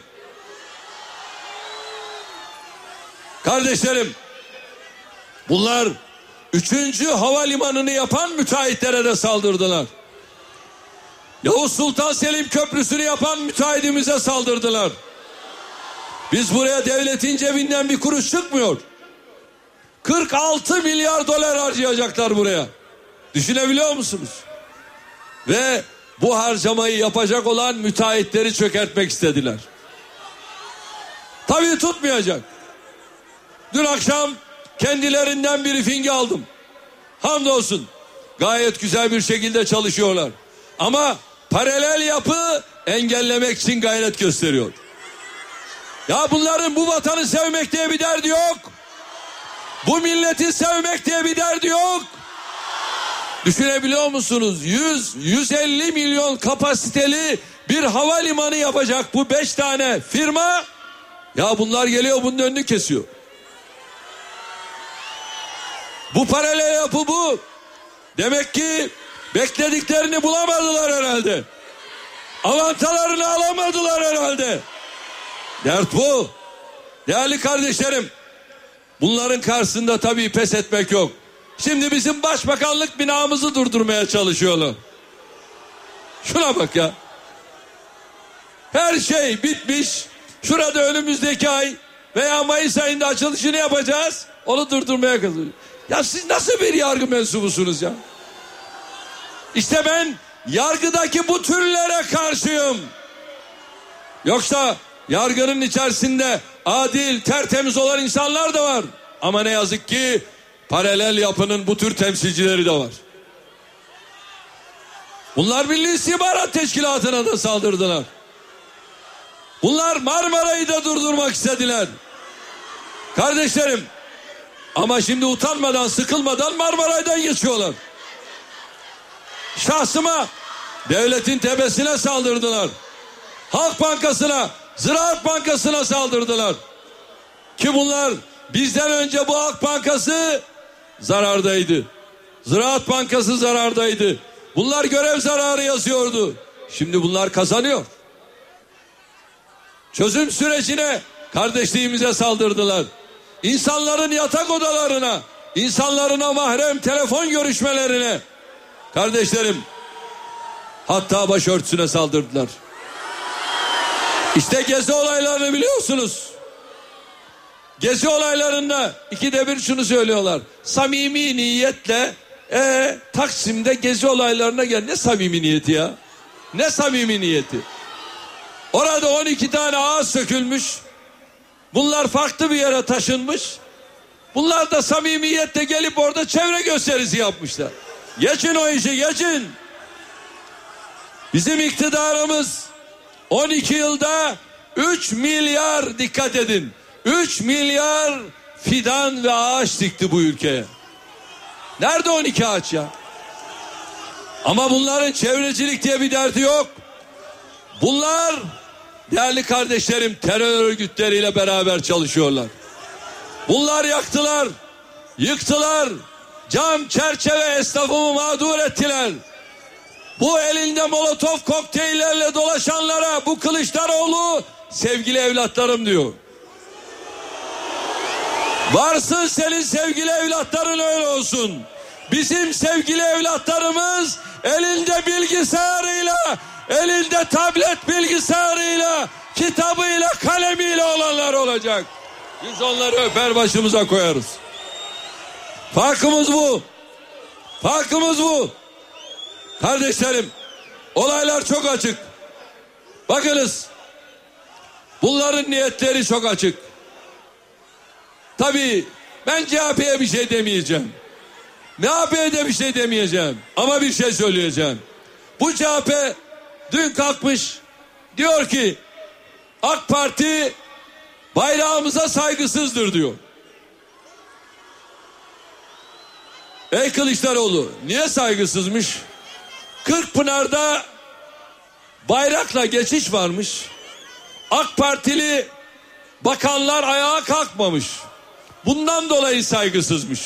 Kardeşlerim, bunlar üçüncü havalimanını yapan müteahhitlere de saldırdılar. Yavuz Sultan Selim Köprüsü'nü yapan müteahhidimize saldırdılar. Biz buraya devletin cebinden bir kuruş çıkmıyor. kırk altı milyar dolar harcayacaklar buraya. Düşünebiliyor musunuz? Ve bu harcamayı yapacak olan müteahhitleri çökertmek istediler. Tabii tutmayacak. Dün akşam kendilerinden briefingi aldım. Hamdolsun gayet güzel bir şekilde çalışıyorlar. Ama paralel yapı engellemek için gayret gösteriyor. Ya bunların bu vatanı sevmek diye bir derdi yok. Bu milleti sevmek diye bir derdi yok. Düşünebiliyor musunuz? yüz yüz elli milyon kapasiteli bir havalimanı yapacak bu beş tane firma. Ya bunlar geliyor bunun önünü kesiyor. Bu paralel yapı bu. Demek ki beklediklerini bulamadılar herhalde. Avantalarını alamadılar herhalde. Dert bu. Değerli kardeşlerim, bunların karşısında tabii pes etmek yok. Şimdi bizim başbakanlık binamızı durdurmaya çalışıyorlar. Şuna bak ya. Her şey bitmiş. Şurada önümüzdeki ay veya Mayıs ayında açılışını yapacağız. Onu durdurmaya kazanıyor. Ya siz nasıl bir yargı mensubusunuz ya? İşte ben yargıdaki bu türlere karşıyım. Yoksa yargının içerisinde adil, tertemiz olan insanlar da var. Ama ne yazık ki paralel yapının bu tür temsilcileri de var. Bunlar Milli İstihbarat Teşkilatı'na da saldırdılar. Bunlar Marmara'yı da durdurmak istediler. Kardeşlerim, ama şimdi utanmadan, sıkılmadan Marmaray'dan geçiyorlar. Şahsıma, devletin tepesine saldırdılar. Halk Bankası'na, Ziraat Bankası'na saldırdılar. Ki bunlar bizden önce bu Halk Bankası zarardaydı. Ziraat Bankası zarardaydı. Bunlar görev zararı yazıyordu. Şimdi bunlar kazanıyor. Çözüm sürecine, kardeşliğimize saldırdılar. İnsanların yatak odalarına, insanlarına mahrem telefon görüşmelerine, kardeşlerim, hatta başörtüsüne saldırdılar. İşte gezi olaylarını biliyorsunuz. Gezi olaylarında ikide bir şunu söylüyorlar. Samimi niyetle E, Taksim'de gezi olaylarına gel. Ne samimi niyeti ya? Ne samimi niyeti? Orada on iki tane ağaç sökülmüş. Bunlar farklı bir yere taşınmış. Bunlar da samimiyetle gelip orada çevre gösterisi yapmışlar. Geçin o işi, geçin. Bizim iktidarımız on iki yılda üç milyar, dikkat edin, üç milyar fidan ve ağaç dikti bu ülkeye. Nerede on iki ağaç ya? Ama bunların çevrecilik diye bir derdi yok. Bunlar, değerli kardeşlerim, terör örgütleriyle beraber çalışıyorlar. Bunlar yaktılar, yıktılar, cam çerçeve esnafımı mağdur ettiler. Bu elinde molotof kokteyllerle dolaşanlara bu Kılıçdaroğlu sevgili evlatlarım diyor. Varsın senin sevgili evlatların öyle olsun. Bizim sevgili evlatlarımız elinde bilgisayarıyla, elinde tablet bilgisayarıyla, kitabıyla, kalemiyle olanlar olacak. Biz onları öper başımıza koyarız. Farkımız bu. Farkımız bu. Kardeşlerim, olaylar çok açık. Bakınız, bunların niyetleri çok açık. Tabii ben C H P'ye bir şey demeyeceğim. M H P'ye de bir şey demeyeceğim. Ama bir şey söyleyeceğim. Bu C H P dün kalkmış diyor ki AK Parti bayrağımıza saygısızdır diyor. Ey Kılıçdaroğlu, niye saygısızmış? Kırkpınar'da bayrakla geçiş varmış. AK Partili bakanlar ayağa kalkmamış. Bundan dolayı saygısızmış.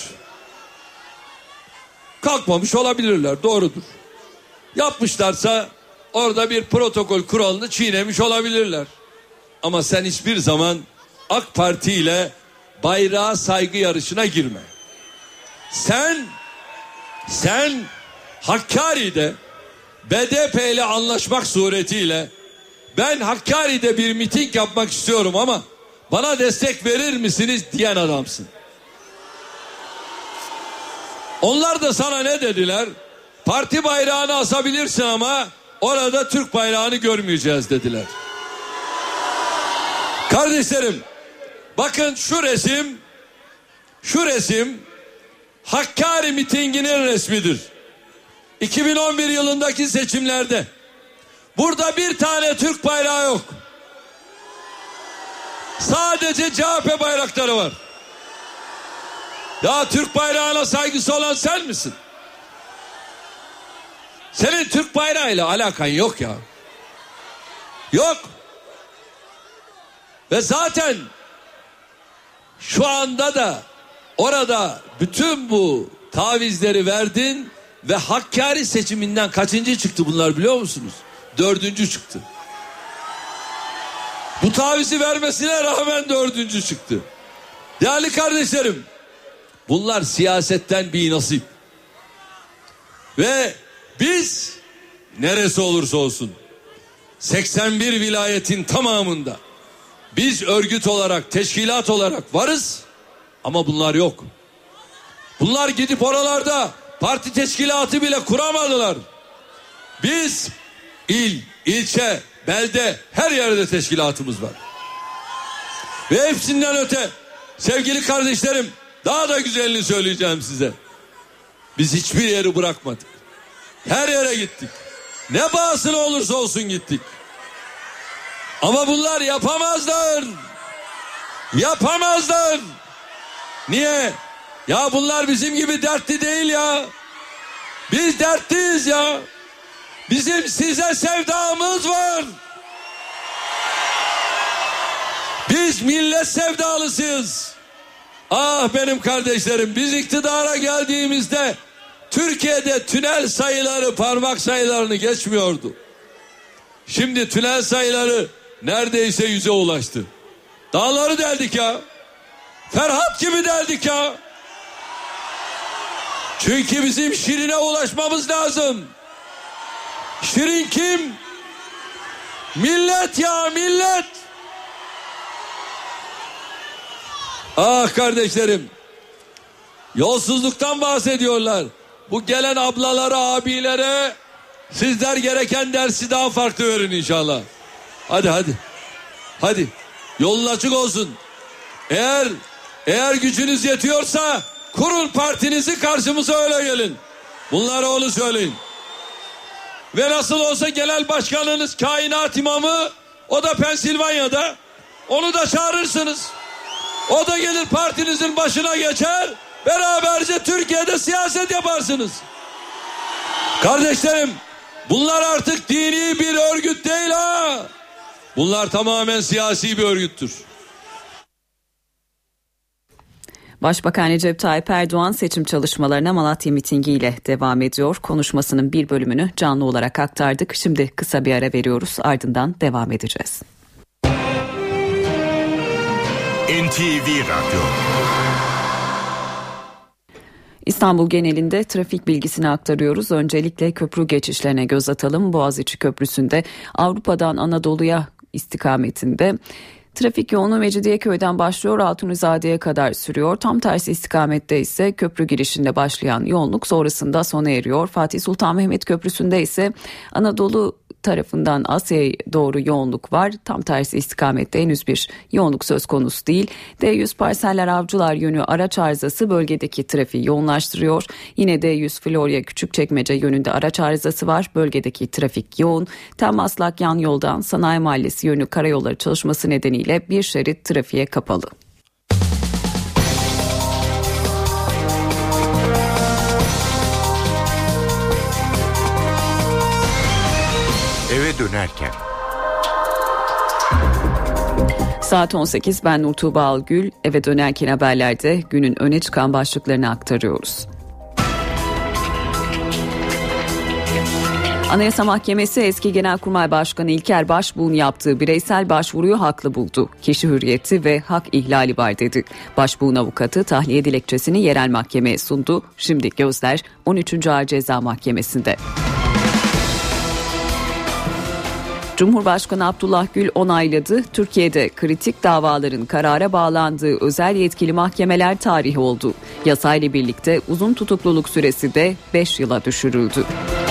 Kalkmamış olabilirler, doğrudur. Yapmışlarsa orada bir protokol kuralını çiğnemiş olabilirler. Ama sen hiçbir zaman AK Parti ile bayrağa saygı yarışına girme. Sen sen Hakkari'de B D P ile anlaşmak suretiyle ben Hakkari'de bir miting yapmak istiyorum ama bana destek verir misiniz diyen adamsın. Onlar da sana ne dediler? Parti bayrağını asabilirsin ama orada Türk bayrağını görmeyeceğiz dediler. Kardeşlerim, bakın şu resim, şu resim Hakkari mitinginin resmidir. iki bin on bir yılındaki seçimlerde burada bir tane Türk bayrağı yok. Sadece C H P bayrakları var. Ya Türk bayrağına saygısı olan sen misin? Senin Türk bayrağıyla alakan yok ya. Yok. Ve zaten şu anda da orada bütün bu tavizleri verdin ve Hakkari seçiminden kaçıncı çıktı bunlar biliyor musunuz? Dördüncü çıktı. Bu tavizi vermesine rağmen dördüncü çıktı. Değerli kardeşlerim, bunlar siyasetten bir nasip. Ve biz neresi olursa olsun seksen bir vilayetin tamamında biz örgüt olarak, teşkilat olarak varız ama bunlar yok. Bunlar gidip oralarda parti teşkilatı bile kuramadılar. Biz il, ilçe, belde her yerde teşkilatımız var. Ve hepsinden öte sevgili kardeşlerim, daha da güzelini söyleyeceğim size. Biz hiçbir yeri bırakmadık. Her yere gittik. Ne pahasına olursa olsun gittik. Ama bunlar yapamazlar. Yapamazlar. Niye? Ya bunlar bizim gibi dertli değil ya. Biz dertliyiz ya. Bizim size sevdamız var. Biz millet sevdalısıyız. Ah benim kardeşlerim, biz iktidara geldiğimizde Türkiye'de tünel sayıları parmak sayılarını geçmiyordu. Şimdi tünel sayıları neredeyse yüze ulaştı. Dağları deldik ya. Ferhat gibi deldik ya. Çünkü bizim Şirin'e ulaşmamız lazım. Şirin kim? Millet ya, millet. Ah kardeşlerim, yolsuzluktan bahsediyorlar. bu gelen ablalara, abilere sizler gereken dersi daha farklı verin inşallah. Hadi hadi. Hadi. Yolun açık olsun. Eğer eğer gücünüz yetiyorsa kurun partinizi, karşımıza öyle gelin. Bunlara onu söyleyin. Ve nasıl olsa genel başkanınız kainat imamı, o da Pensilvanya'da. Onu da çağırırsınız. O da gelir partinizin başına geçer. Beraberce Türkiye'de siyaset yaparsınız. Kardeşlerim, bunlar artık dini bir örgüt değil ha. Bunlar tamamen siyasi bir örgüttür. Başbakan Recep Tayyip Erdoğan seçim çalışmalarına Malatya mitingiyle devam ediyor. Konuşmasının bir bölümünü canlı olarak aktardık. Şimdi kısa bir ara veriyoruz, ardından devam edeceğiz. N T V Radyo. İstanbul genelinde trafik bilgisini aktarıyoruz. Öncelikle köprü geçişlerine göz atalım. Boğaziçi Köprüsü'nde Avrupa'dan Anadolu'ya istikametinde trafik yoğunluğu Mecidiyeköy'den başlıyor, Altunizade'ye kadar sürüyor. Tam tersi istikamette ise köprü girişinde başlayan yoğunluk sonrasında sona eriyor. Fatih Sultan Mehmet Köprüsü'nde ise Anadolu tarafından Asya'ya doğru yoğunluk var. Tam tersi istikamette henüz bir yoğunluk söz konusu değil. D yüz Parseller Avcılar yönü araç arızası bölgedeki trafiği yoğunlaştırıyor. Yine D yüz Florya Küçükçekmece yönünde araç arızası var. Bölgedeki trafik yoğun. Temmaslak yan yoldan Sanayi Mahallesi yönü karayolları çalışması nedeniyle bir şerit trafiğe kapalı. Eve dönerken. Saat on sekiz, ben Nur Tuğba Algül. Eve dönerken haberlerde günün öne çıkan başlıklarını aktarıyoruz. Anayasa Mahkemesi eski Genelkurmay Başkanı İlker Başbuğ'un yaptığı bireysel başvuruyu haklı buldu. Kişi hürriyeti ve hak ihlali var dedi. Başbuğ'un avukatı tahliye dilekçesini yerel mahkemeye sundu. Şimdi gözler on üçüncü Ağır Ceza Mahkemesi'nde. Cumhurbaşkanı Abdullah Gül onayladı. Türkiye'de kritik davaların karara bağlandığı özel yetkili mahkemeler tarihi oldu. Yasayla birlikte uzun tutukluluk süresi de beş yıla düşürüldü.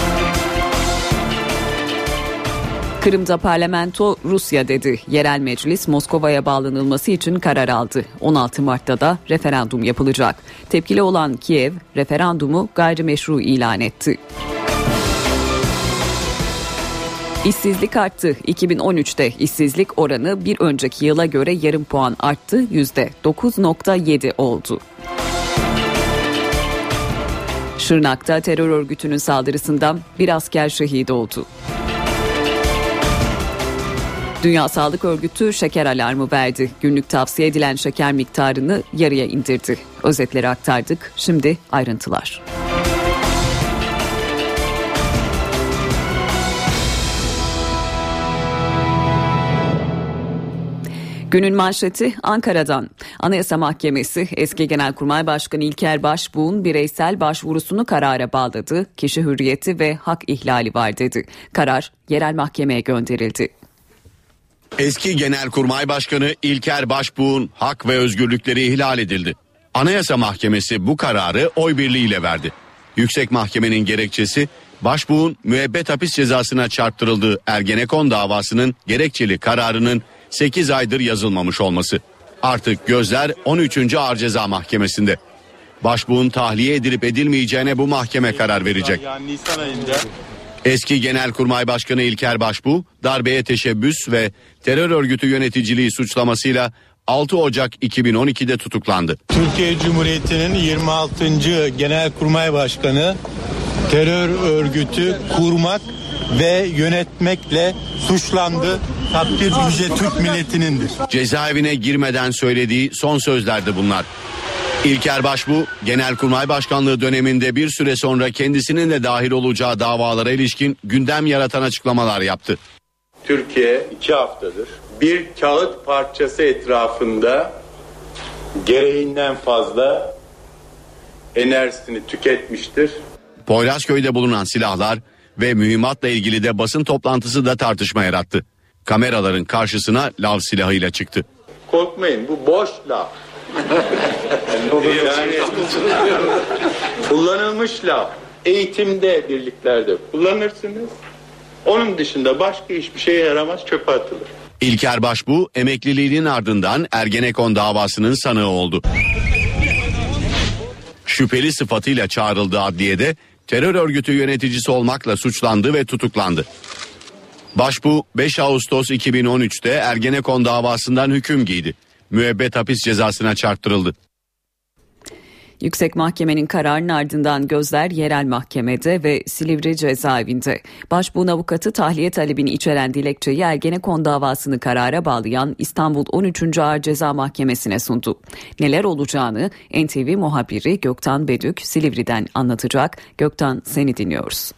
Kırım'da parlamento Rusya dedi. Yerel meclis Moskova'ya bağlanılması için karar aldı. on altı Mart'ta da referandum yapılacak. Tepkili olan Kiev referandumu gayrimeşru ilan etti. İşsizlik arttı. iki bin on üçte işsizlik oranı bir önceki yıla göre yarım puan arttı. yüzde dokuz virgül yedi oldu. Şırnak'ta terör örgütünün saldırısından bir asker şehit oldu. Dünya Sağlık Örgütü şeker alarmı verdi. Günlük tavsiye edilen şeker miktarını yarıya indirdi. Özetleri aktardık. Şimdi ayrıntılar. Günün manşeti Ankara'dan. Anayasa Mahkemesi eski Genelkurmay Başkanı İlker Başbuğ'un bireysel başvurusunu karara bağladı. Kişi hürriyeti ve hak ihlali var dedi. Karar yerel mahkemeye gönderildi. Eski Genelkurmay Başkanı İlker Başbuğ'un hak ve özgürlükleri ihlal edildi. Anayasa Mahkemesi bu kararı oy birliğiyle verdi. Yüksek Mahkemenin gerekçesi Başbuğ'un müebbet hapis cezasına çarptırıldığı Ergenekon davasının gerekçeli kararının sekiz aydır yazılmamış olması. Artık gözler on üçüncü Ağır Ceza Mahkemesi'nde. Başbuğ'un tahliye edilip edilmeyeceğine bu mahkeme karar verecek. Eski Genelkurmay Başkanı İlker Başbuğ, darbeye teşebbüs ve terör örgütü yöneticiliği suçlamasıyla altı Ocak iki bin on ikide tutuklandı. Türkiye Cumhuriyeti'nin yirmi altıncı Genelkurmay Başkanı terör örgütü kurmak ve yönetmekle suçlandı. Takdir yüce Türk milletinindir. Cezaevine girmeden söylediği son sözlerdi bunlar. İlker Başbuğ, Genelkurmay Başkanlığı döneminde bir süre sonra kendisinin de dahil olacağı davalara ilişkin gündem yaratan açıklamalar yaptı. Türkiye iki haftadır bir kağıt parçası etrafında gereğinden fazla enerjisini tüketmiştir. Poyrazköy'de bulunan silahlar ve mühimmatla ilgili de basın toplantısı da tartışma yarattı. Kameraların karşısına lav silahıyla çıktı. Korkmayın, bu boş laf. Yani kullanılmış laf. eğitimde birliklerde kullanırsınız. Onun dışında başka hiçbir şeye yaramaz, çöpe atılır. İlker Başbuğ emekliliğinin ardından Ergenekon davasının sanığı oldu. Şüpheli sıfatıyla çağrıldığı adliyede terör örgütü yöneticisi olmakla suçlandı ve tutuklandı. Başbuğ beş Ağustos iki bin on üçte Ergenekon davasından hüküm giydi. Müebbet hapis cezasına çarptırıldı. Yüksek Mahkemenin kararının ardından gözler yerel mahkemede ve Silivri cezaevinde. Başbuğ'un avukatı tahliye talebini içeren dilekçeyi Ergenekon davasını karara bağlayan İstanbul on üçüncü Ağır Ceza Mahkemesi'ne sundu. Neler olacağını N T V muhabiri Göktan Bedük Silivri'den anlatacak. Göktan, seni dinliyoruz.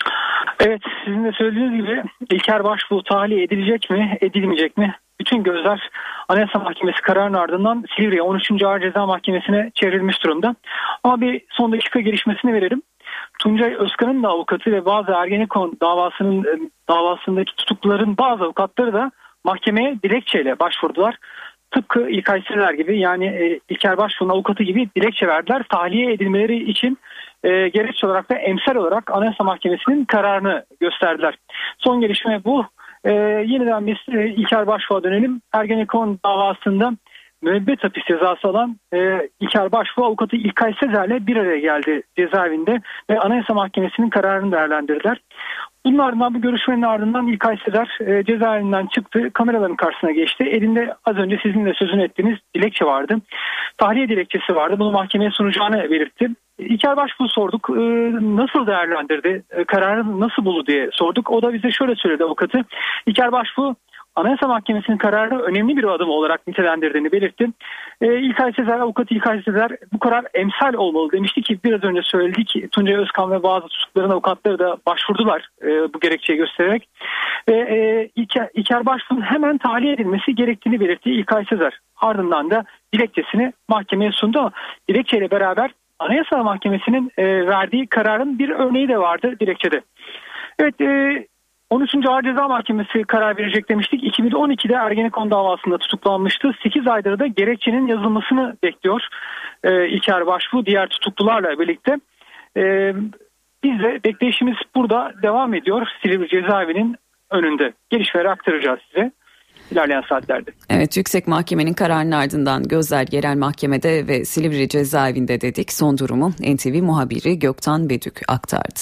Evet, sizin de söylediğiniz gibi İlker Başbuğ tahliye edilecek mi, edilmeyecek mi? Bütün gözler Anayasa Mahkemesi kararının ardından Silivri on üçüncü Ağır Ceza Mahkemesi'ne çevrilmiş durumda. Ama bir son dakika gelişmesini verelim. Tuncay Özkan'ın da avukatı ve bazı Ergenekon davasının davasındaki tutukluların bazı avukatları da mahkemeye dilekçeyle başvurdular. Tıpkı İlkay Sezer gibi, yani İlker Başbuğ'un avukatı gibi dilekçe verdiler. Tahliye edilmeleri için e, gerekçe olarak da emsal olarak Anayasa Mahkemesi'nin kararını gösterdiler. Son gelişme bu. Ee, yeniden biz e, İlker Başbuğ'a dönelim. Ergenekon davasında müebbet hapis cezası alan e, İlker Başbuğ avukatı İlkay Sezer'le bir araya geldi cezaevinde ve Anayasa Mahkemesi'nin kararını değerlendirdiler. Bunun ardından, bu görüşmenin ardından İlkay Sezer e, cezaevinden çıktı, kameraların karşısına geçti. Elinde az önce sizin de sözünü ettiğiniz dilekçe vardı. Tahliye dilekçesi vardı. Bunu mahkemeye sunacağını belirtti. İlker Başbuğ sorduk, e, nasıl değerlendirdi, e, kararı nasıl buldu diye sorduk. O da bize şöyle söyledi avukatı. İlker Başbuğ Anayasa Mahkemesi'nin kararını önemli bir adım olarak nitelendirdiğini belirtti. E, İlkay Sezer, avukat İlkay Sezer bu karar emsal olmalı demişti ki biraz önce söyledik. Tuncay Özkan ve bazı tutukluların avukatları da başvurdular e, bu gerekçeyi göstererek. Ve e, İlker, İlker Başbuğ'un hemen tahliye edilmesi gerektiğini belirtti İlkay Sezer. Ardından da dilekçesini mahkemeye sundu ama dilekçeyle beraber Anayasa Mahkemesi'nin e, verdiği kararın bir örneği de vardı dilekçede. Evet, e, on üçüncü Ağır Ceza Mahkemesi karar verecek demiştik. iki bin on ikide Ergenekon davasında tutuklanmıştı. sekiz aydır da gerekçenin yazılmasını bekliyor e, İlker Başbuğ diğer tutuklularla birlikte. E, biz de bekleyişimiz burada devam ediyor Silivri Cezaevi'nin önünde. Gelişmeleri aktaracağız size ilerleyen saatlerde. Evet, Yüksek Mahkemenin kararının ardından gözler yerel mahkemede ve Silivri Cezaevinde dedik. Son durumu N T V muhabiri Göktan Bedük aktardı.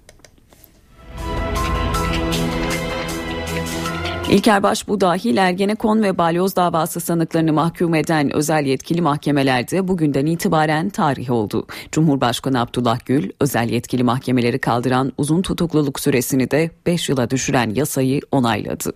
İlker Başbuğ dahil Ergenekon ve Balyoz davası sanıklarını mahkum eden özel yetkili mahkemelerde bugünden itibaren tarih oldu. Cumhurbaşkanı Abdullah Gül, özel yetkili mahkemeleri kaldıran uzun tutukluluk süresini de beş yıla düşüren yasayı onayladı.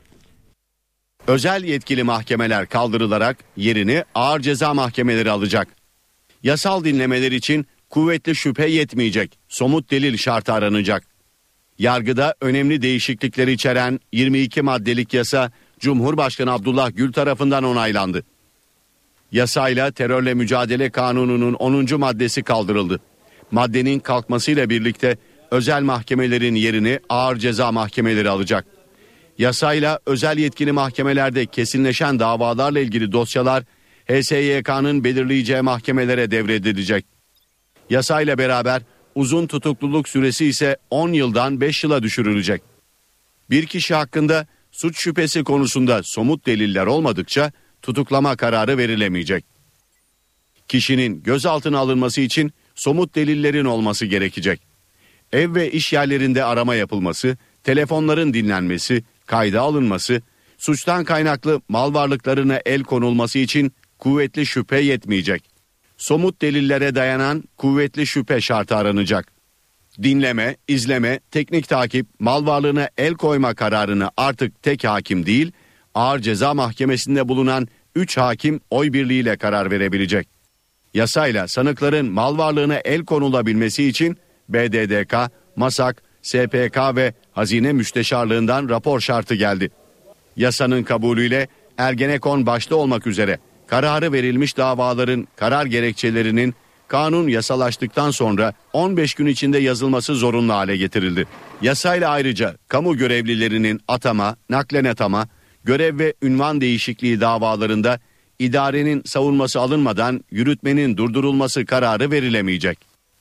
Özel yetkili mahkemeler kaldırılarak yerini ağır ceza mahkemeleri alacak. Yasal dinlemeler için kuvvetli şüphe yetmeyecek, somut delil şartı aranacak. Yargıda önemli değişiklikleri içeren yirmi iki maddelik yasa Cumhurbaşkanı Abdullah Gül tarafından onaylandı. Yasayla terörle mücadele kanununun onuncu maddesi kaldırıldı. Maddenin kalkmasıyla birlikte özel mahkemelerin yerini ağır ceza mahkemeleri alacak. Yasayla özel yetkili mahkemelerde kesinleşen davalarla ilgili dosyalar H S Y K'nın belirleyeceği mahkemelere devredilecek. Yasayla beraber uzun tutukluluk süresi ise on yıldan beş yıla düşürülecek. Bir kişi hakkında suç şüphesi konusunda somut deliller olmadıkça tutuklama kararı verilemeyecek. Kişinin gözaltına alınması için somut delillerin olması gerekecek. Ev ve iş yerlerinde arama yapılması, telefonların dinlenmesi, kayda alınması, suçtan kaynaklı mal varlıklarına el konulması için kuvvetli şüphe yetmeyecek. Somut delillere dayanan kuvvetli şüphe şartı aranacak. Dinleme, izleme, teknik takip, mal varlığına el koyma kararını artık tek hakim değil, Ağır Ceza Mahkemesi'nde bulunan üç hakim oy birliğiyle karar verebilecek. Yasayla sanıkların mal varlığına el konulabilmesi için B D D K, MASAK, S P K ve Hazine Müsteşarlığından rapor şartı geldi. Yasanın kabulüyle Ergenekon başta olmak üzere kararı verilmiş davaların karar gerekçelerinin kanun yasalaştıktan sonra on beş gün içinde yazılması zorunlu hale getirildi. Yasayla ayrıca kamu görevlilerinin atama, naklen atama, görev ve ünvan değişikliği davalarında idarenin savunması alınmadan yürütmenin durdurulması kararı verilemeyecek.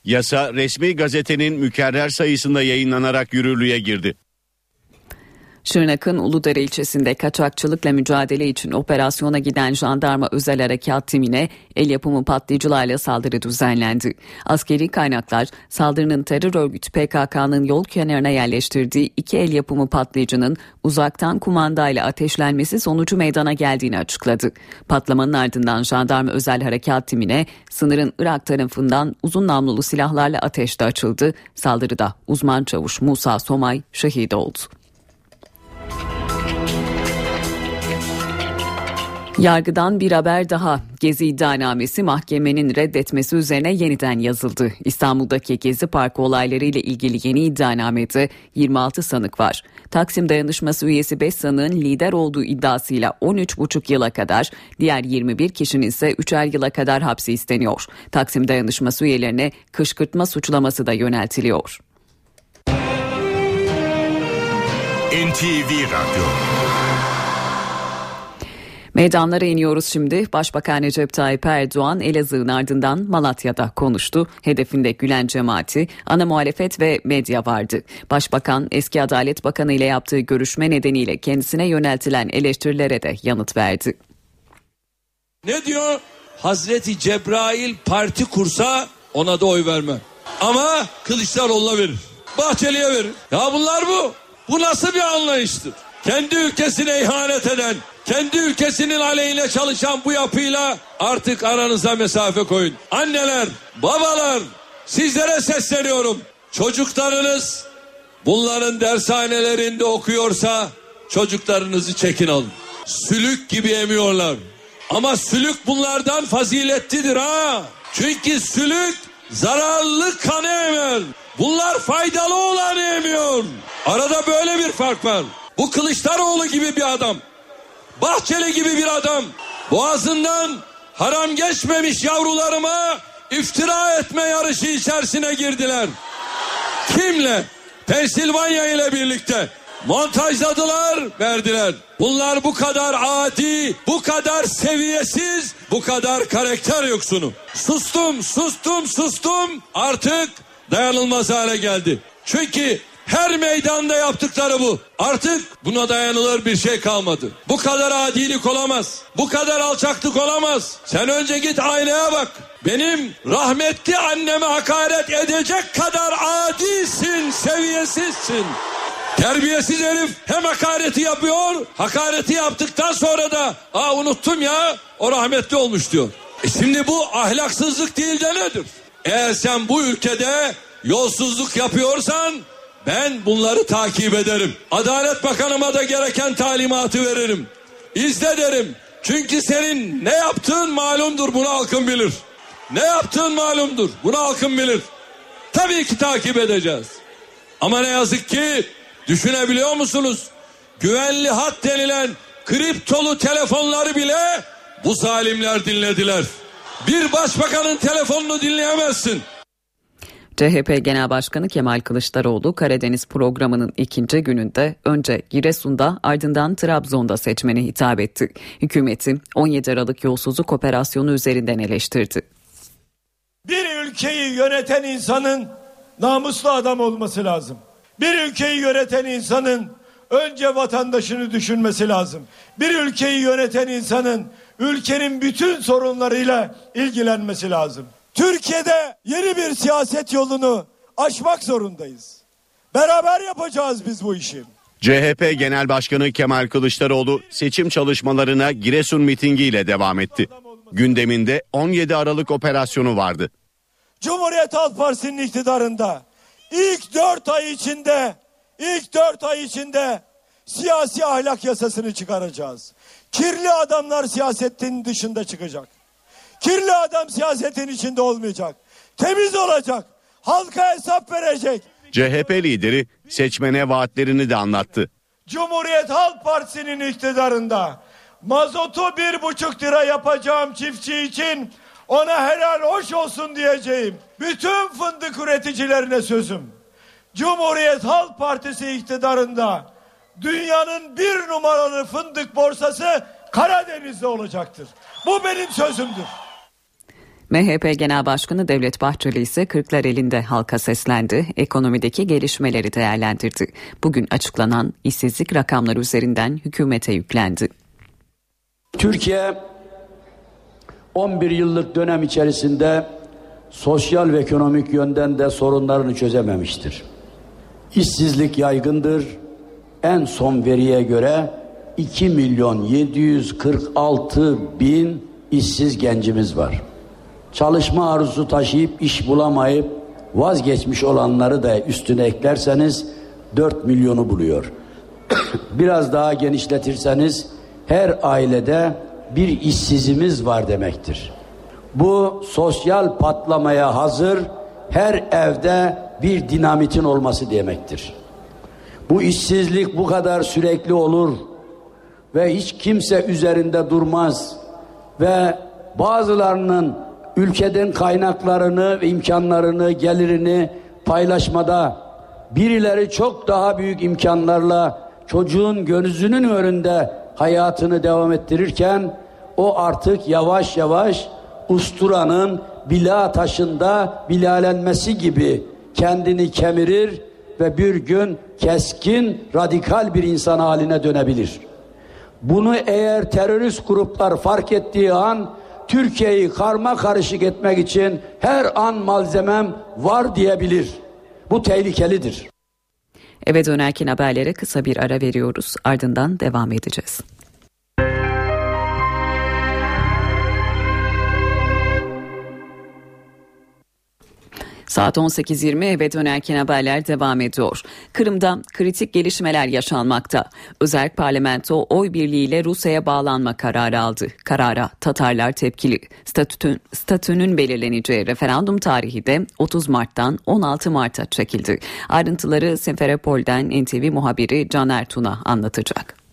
Yasa resmi gazetenin mükerrer sayısında yayınlanarak yürürlüğe girdi. Şırnak'ın Uludere ilçesinde kaçakçılıkla mücadele için operasyona giden jandarma özel harekat timine el yapımı patlayıcılarla saldırı düzenlendi. Askeri kaynaklar saldırının terör örgütü P K K'nın yol kenarına yerleştirdiği iki el yapımı patlayıcının uzaktan kumandayla ateşlenmesi sonucu meydana geldiğini açıkladı. Patlamanın ardından jandarma özel harekat timine sınırın Irak tarafından uzun namlulu silahlarla ateş de açıldı. Saldırıda uzman çavuş Musa Somay şehit oldu. Yargıdan bir haber daha. Gezi iddianamesi mahkemenin reddetmesi üzerine yeniden yazıldı. İstanbul'daki Gezi Parkı olaylarıyla ilgili yeni iddianamede yirmi altı sanık var. Taksim Dayanışması üyesi beş sanığın lider olduğu iddiasıyla on üç buçuk yıla kadar, diğer yirmi bir kişinin ise üçer yıla kadar hapsi isteniyor. Taksim Dayanışması üyelerine kışkırtma suçlaması da yöneltiliyor. N T V Radyo. Meydanlara iniyoruz şimdi. Başbakan Recep Tayyip Erdoğan Elazığ'ın ardından Malatya'da konuştu. Hedefinde Gülen cemaati, ana muhalefet ve medya vardı. Başbakan eski Adalet Bakanı ile yaptığı görüşme nedeniyle kendisine yöneltilen eleştirilere de yanıt verdi. Ne diyor? Hazreti Cebrail parti kursa ona da oy vermem. Ama Kılıçdaroğlu'na verir. Bahçeli'ye verir. Ya bunlar bu. Bu nasıl bir anlayıştır? Kendi ülkesine ihanet eden, kendi ülkesinin aleyhine çalışan bu yapıyla artık aranıza mesafe koyun. Anneler, babalar, sizlere sesleniyorum. Çocuklarınız bunların dershanelerinde okuyorsa çocuklarınızı çekin alın. Sülük gibi emiyorlar. Ama sülük bunlardan faziletlidir ha. Çünkü sülük zararlı kanı emer. Bunlar faydalı olanı emiyor. Arada böyle bir fark var. Bu Kılıçdaroğlu gibi bir adam, Bahçeli gibi bir adam, boğazından haram geçmemiş yavrularıma iftira etme yarışı içerisine girdiler. Kimle? Pensilvanya ile birlikte montajladılar, verdiler. Bunlar bu kadar adi, bu kadar seviyesiz, bu kadar karakter yoksunu. Sustum, sustum, sustum. Artık dayanılmaz hale geldi. Çünkü her meydanda yaptıkları bu. Artık buna dayanılır bir şey kalmadı. Bu kadar adilik olamaz. Bu kadar alçaklık olamaz. Sen önce git aynaya bak. Benim rahmetli anneme hakaret edecek kadar adisin, seviyesizsin. Terbiyesiz herif hem hakareti yapıyor, hakareti yaptıktan sonra da aa unuttum ya o rahmetli olmuş diyor. E şimdi bu ahlaksızlık değil de nedir? Eğer sen bu ülkede yolsuzluk yapıyorsan ben bunları takip ederim. Adalet Bakanıma da gereken talimatı veririm. İzle derim. Çünkü senin ne yaptığın malumdur, bunu halkın bilir. Ne yaptığın malumdur, bunu halkın bilir. Tabii ki takip edeceğiz. Ama ne yazık ki düşünebiliyor musunuz? Güvenli hat denilen kriptolu telefonları bile bu zalimler dinlediler. Bir başbakanın telefonunu dinleyemezsin. C H P Genel Başkanı Kemal Kılıçdaroğlu Karadeniz programının ikinci gününde önce Giresun'da ardından Trabzon'da seçmene hitap etti. Hükümeti on yedi Aralık yolsuzluk operasyonu üzerinden eleştirdi. Bir ülkeyi yöneten insanın namuslu adam olması lazım. Bir ülkeyi yöneten insanın önce vatandaşını düşünmesi lazım. Bir ülkeyi yöneten insanın ülkenin bütün sorunlarıyla ilgilenmesi lazım. Türkiye'de yeni bir siyaset yolunu aşmak zorundayız. Beraber yapacağız biz bu işi. C H P Genel Başkanı Kemal Kılıçdaroğlu seçim çalışmalarına Giresun mitingiyle devam etti. Gündeminde on yedi Aralık operasyonu vardı. Cumhuriyet Halk Partisi'nin iktidarında ilk dört ay içinde ilk dört ay içinde siyasi ahlak yasasını çıkaracağız. Kirli adamlar siyasetin dışında çıkacak. Kirli adam siyasetin içinde olmayacak. Temiz olacak. Halka hesap verecek. C H P lideri seçmene vaatlerini de anlattı. Cumhuriyet Halk Partisi'nin iktidarında mazotu bir buçuk lira yapacağım çiftçi için ona helal hoş olsun diyeceğim. Bütün fındık üreticilerine sözüm. Cumhuriyet Halk Partisi iktidarında dünyanın bir numaralı fındık borsası Karadeniz'de olacaktır. Bu benim sözümdür. M H P Genel Başkanı Devlet Bahçeli ise Kırklareli'nde halka seslendi, ekonomideki gelişmeleri değerlendirdi. Bugün açıklanan işsizlik rakamları üzerinden hükümete yüklendi. Türkiye on bir yıllık dönem içerisinde sosyal ve ekonomik yönden de sorunlarını çözememiştir. İşsizlik yaygındır. En son veriye göre iki milyon yedi yüz kırk altı bin işsiz gencimiz var. Çalışma arzusu taşıyıp iş bulamayıp vazgeçmiş olanları da üstüne eklerseniz dört milyonu buluyor. Biraz daha genişletirseniz her ailede bir işsizimiz var demektir. Bu sosyal patlamaya hazır her evde bir dinamitin olması demektir. Bu işsizlik bu kadar sürekli olur ve hiç kimse üzerinde durmaz ve bazılarının ülkeden kaynaklarını ve imkanlarını, gelirini paylaşmada, birileri çok daha büyük imkanlarla çocuğun gözünün önünde hayatını devam ettirirken o artık yavaş yavaş usturanın bila taşında bilalenmesi gibi kendini kemirir ve bir gün keskin, radikal bir insan haline dönebilir. Bunu eğer terörist gruplar fark ettiği an Türkiye'yi karma karışık etmek için her an malzemem var diyebilir. Bu tehlikelidir. Eve dönerken haberlere kısa bir ara veriyoruz. Ardından devam edeceğiz. Saat on sekiz yirmi eve dönerken haberler devam ediyor. Kırım'da kritik gelişmeler yaşanmakta. Özerk Parlamento oy birliğiyle Rusya'ya bağlanma kararı aldı. Karara Tatarlar tepkili. Statün, statünün belirleneceği referandum tarihi de otuz Mart'tan on altı Mart'a çekildi. Ayrıntıları Simferopol'den N T V muhabiri Caner Tuna anlatacak.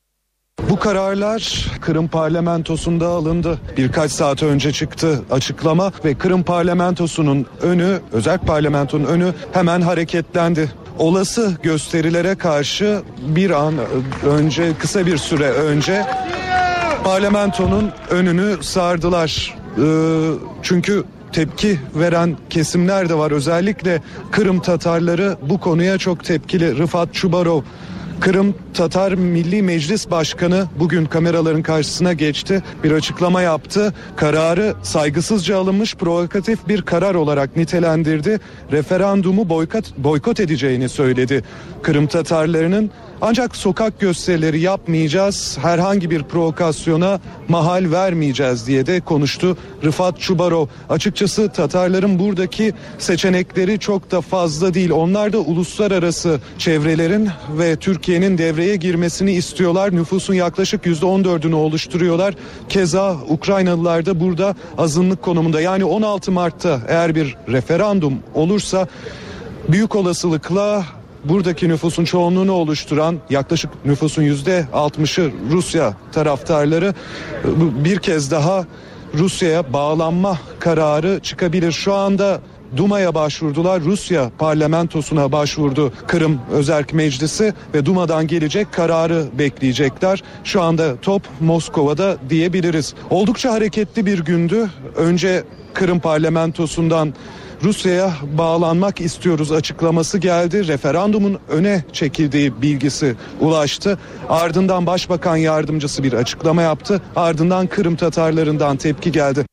Bu kararlar Kırım Parlamentosu'nda alındı. Birkaç saat önce çıktı açıklama ve Kırım Parlamentosu'nun önü, Özerk Parlamento'nun önü hemen hareketlendi. Olası gösterilere karşı bir an önce, kısa bir süre önce parlamentonun önünü sardılar. Ee, çünkü tepki veren kesimler de var. Özellikle Kırım Tatarları bu konuya çok tepkili. Rıfat Çubarov, Kırım Tatar Milli Meclis Başkanı bugün kameraların karşısına geçti, bir açıklama yaptı. Kararı saygısızca alınmış, provokatif bir karar olarak nitelendirdi. Referandumu boykot, boykot edeceğini söyledi Kırım Tatarlarının. Ancak sokak gösterileri yapmayacağız, herhangi bir provokasyona mahal vermeyeceğiz diye de konuştu Rıfat Çubarov. Açıkçası Tatarların buradaki seçenekleri çok da fazla değil. Onlar da uluslararası çevrelerin ve Türkiye'nin devreye girmesini istiyorlar. Nüfusun yaklaşık yüzde on dördünü oluşturuyorlar. Keza Ukraynalılar da burada azınlık konumunda. Yani on altı Mart'ta eğer bir referandum olursa büyük olasılıkla buradaki nüfusun çoğunluğunu oluşturan yaklaşık nüfusun yüzde altmışı Rusya taraftarları bir kez daha Rusya'ya bağlanma kararı çıkabilir. Şu anda Duma'ya başvurdular. Rusya parlamentosuna başvurdu Kırım Özerk Meclisi ve Duma'dan gelecek kararı bekleyecekler. Şu anda top Moskova'da diyebiliriz. Oldukça hareketli bir gündü. Önce Kırım parlamentosundan Rusya'ya bağlanmak istiyoruz açıklaması geldi. Referandumun öne çekildiği bilgisi ulaştı. Ardından Başbakan Yardımcısı bir açıklama yaptı. Ardından Kırım Tatarlarından tepki geldi.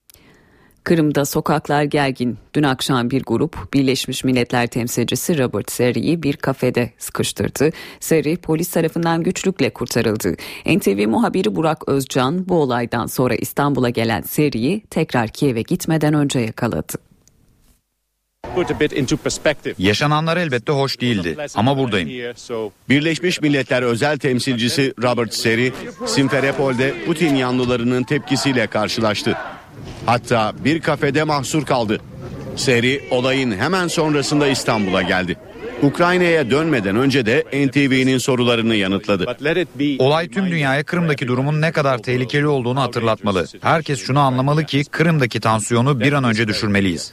Kırım'da sokaklar gergin. Dün akşam bir grup Birleşmiş Milletler temsilcisi Robert Serry'i bir kafede sıkıştırdı. Serry polis tarafından güçlükle kurtarıldı. N T V muhabiri Burak Özcan bu olaydan sonra İstanbul'a gelen Serry'i tekrar Kiev'e gitmeden önce yakaladı. Yaşananlar elbette hoş değildi ama buradayım. Birleşmiş Milletler özel temsilcisi Robert Serry, Simferopol'de Putin yanlılarının tepkisiyle karşılaştı. Hatta bir kafede mahsur kaldı. Serry olayın hemen sonrasında İstanbul'a geldi. Ukrayna'ya dönmeden önce de N T V'nin sorularını yanıtladı. Olay tüm dünyaya Kırım'daki durumun ne kadar tehlikeli olduğunu hatırlatmalı. Herkes şunu anlamalı ki Kırım'daki tansiyonu bir an önce düşürmeliyiz.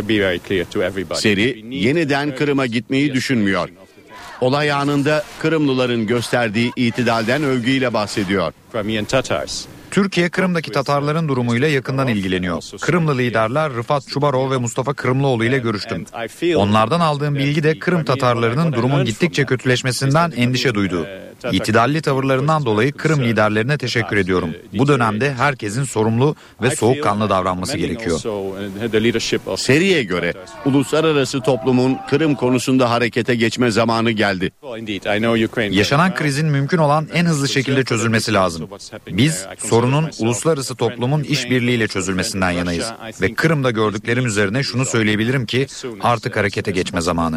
Serry yeniden Kırım'a gitmeyi düşünmüyor. Olay anında Kırımlıların gösterdiği itidalden övgüyle bahsediyor. Türkiye Kırım'daki Tatarların durumuyla yakından ilgileniyor. Kırımlı liderler Rıfat Çubarov ve Mustafa Kırımlıoğlu ile görüştüm. Onlardan aldığım bilgi de Kırım Tatarlarının durumun gittikçe kötüleşmesinden endişe duydu. İtidalli tavırlarından dolayı Kırım liderlerine teşekkür ediyorum. Bu dönemde herkesin sorumlu ve soğukkanlı davranması gerekiyor. Seri'ye göre uluslararası toplumun Kırım konusunda harekete geçme zamanı geldi. Yaşanan krizin mümkün olan en hızlı şekilde çözülmesi lazım. Biz sorunun uluslararası toplumun işbirliğiyle çözülmesinden yanayız. Ve Kırım'da gördüklerim üzerine şunu söyleyebilirim ki artık harekete geçme zamanı.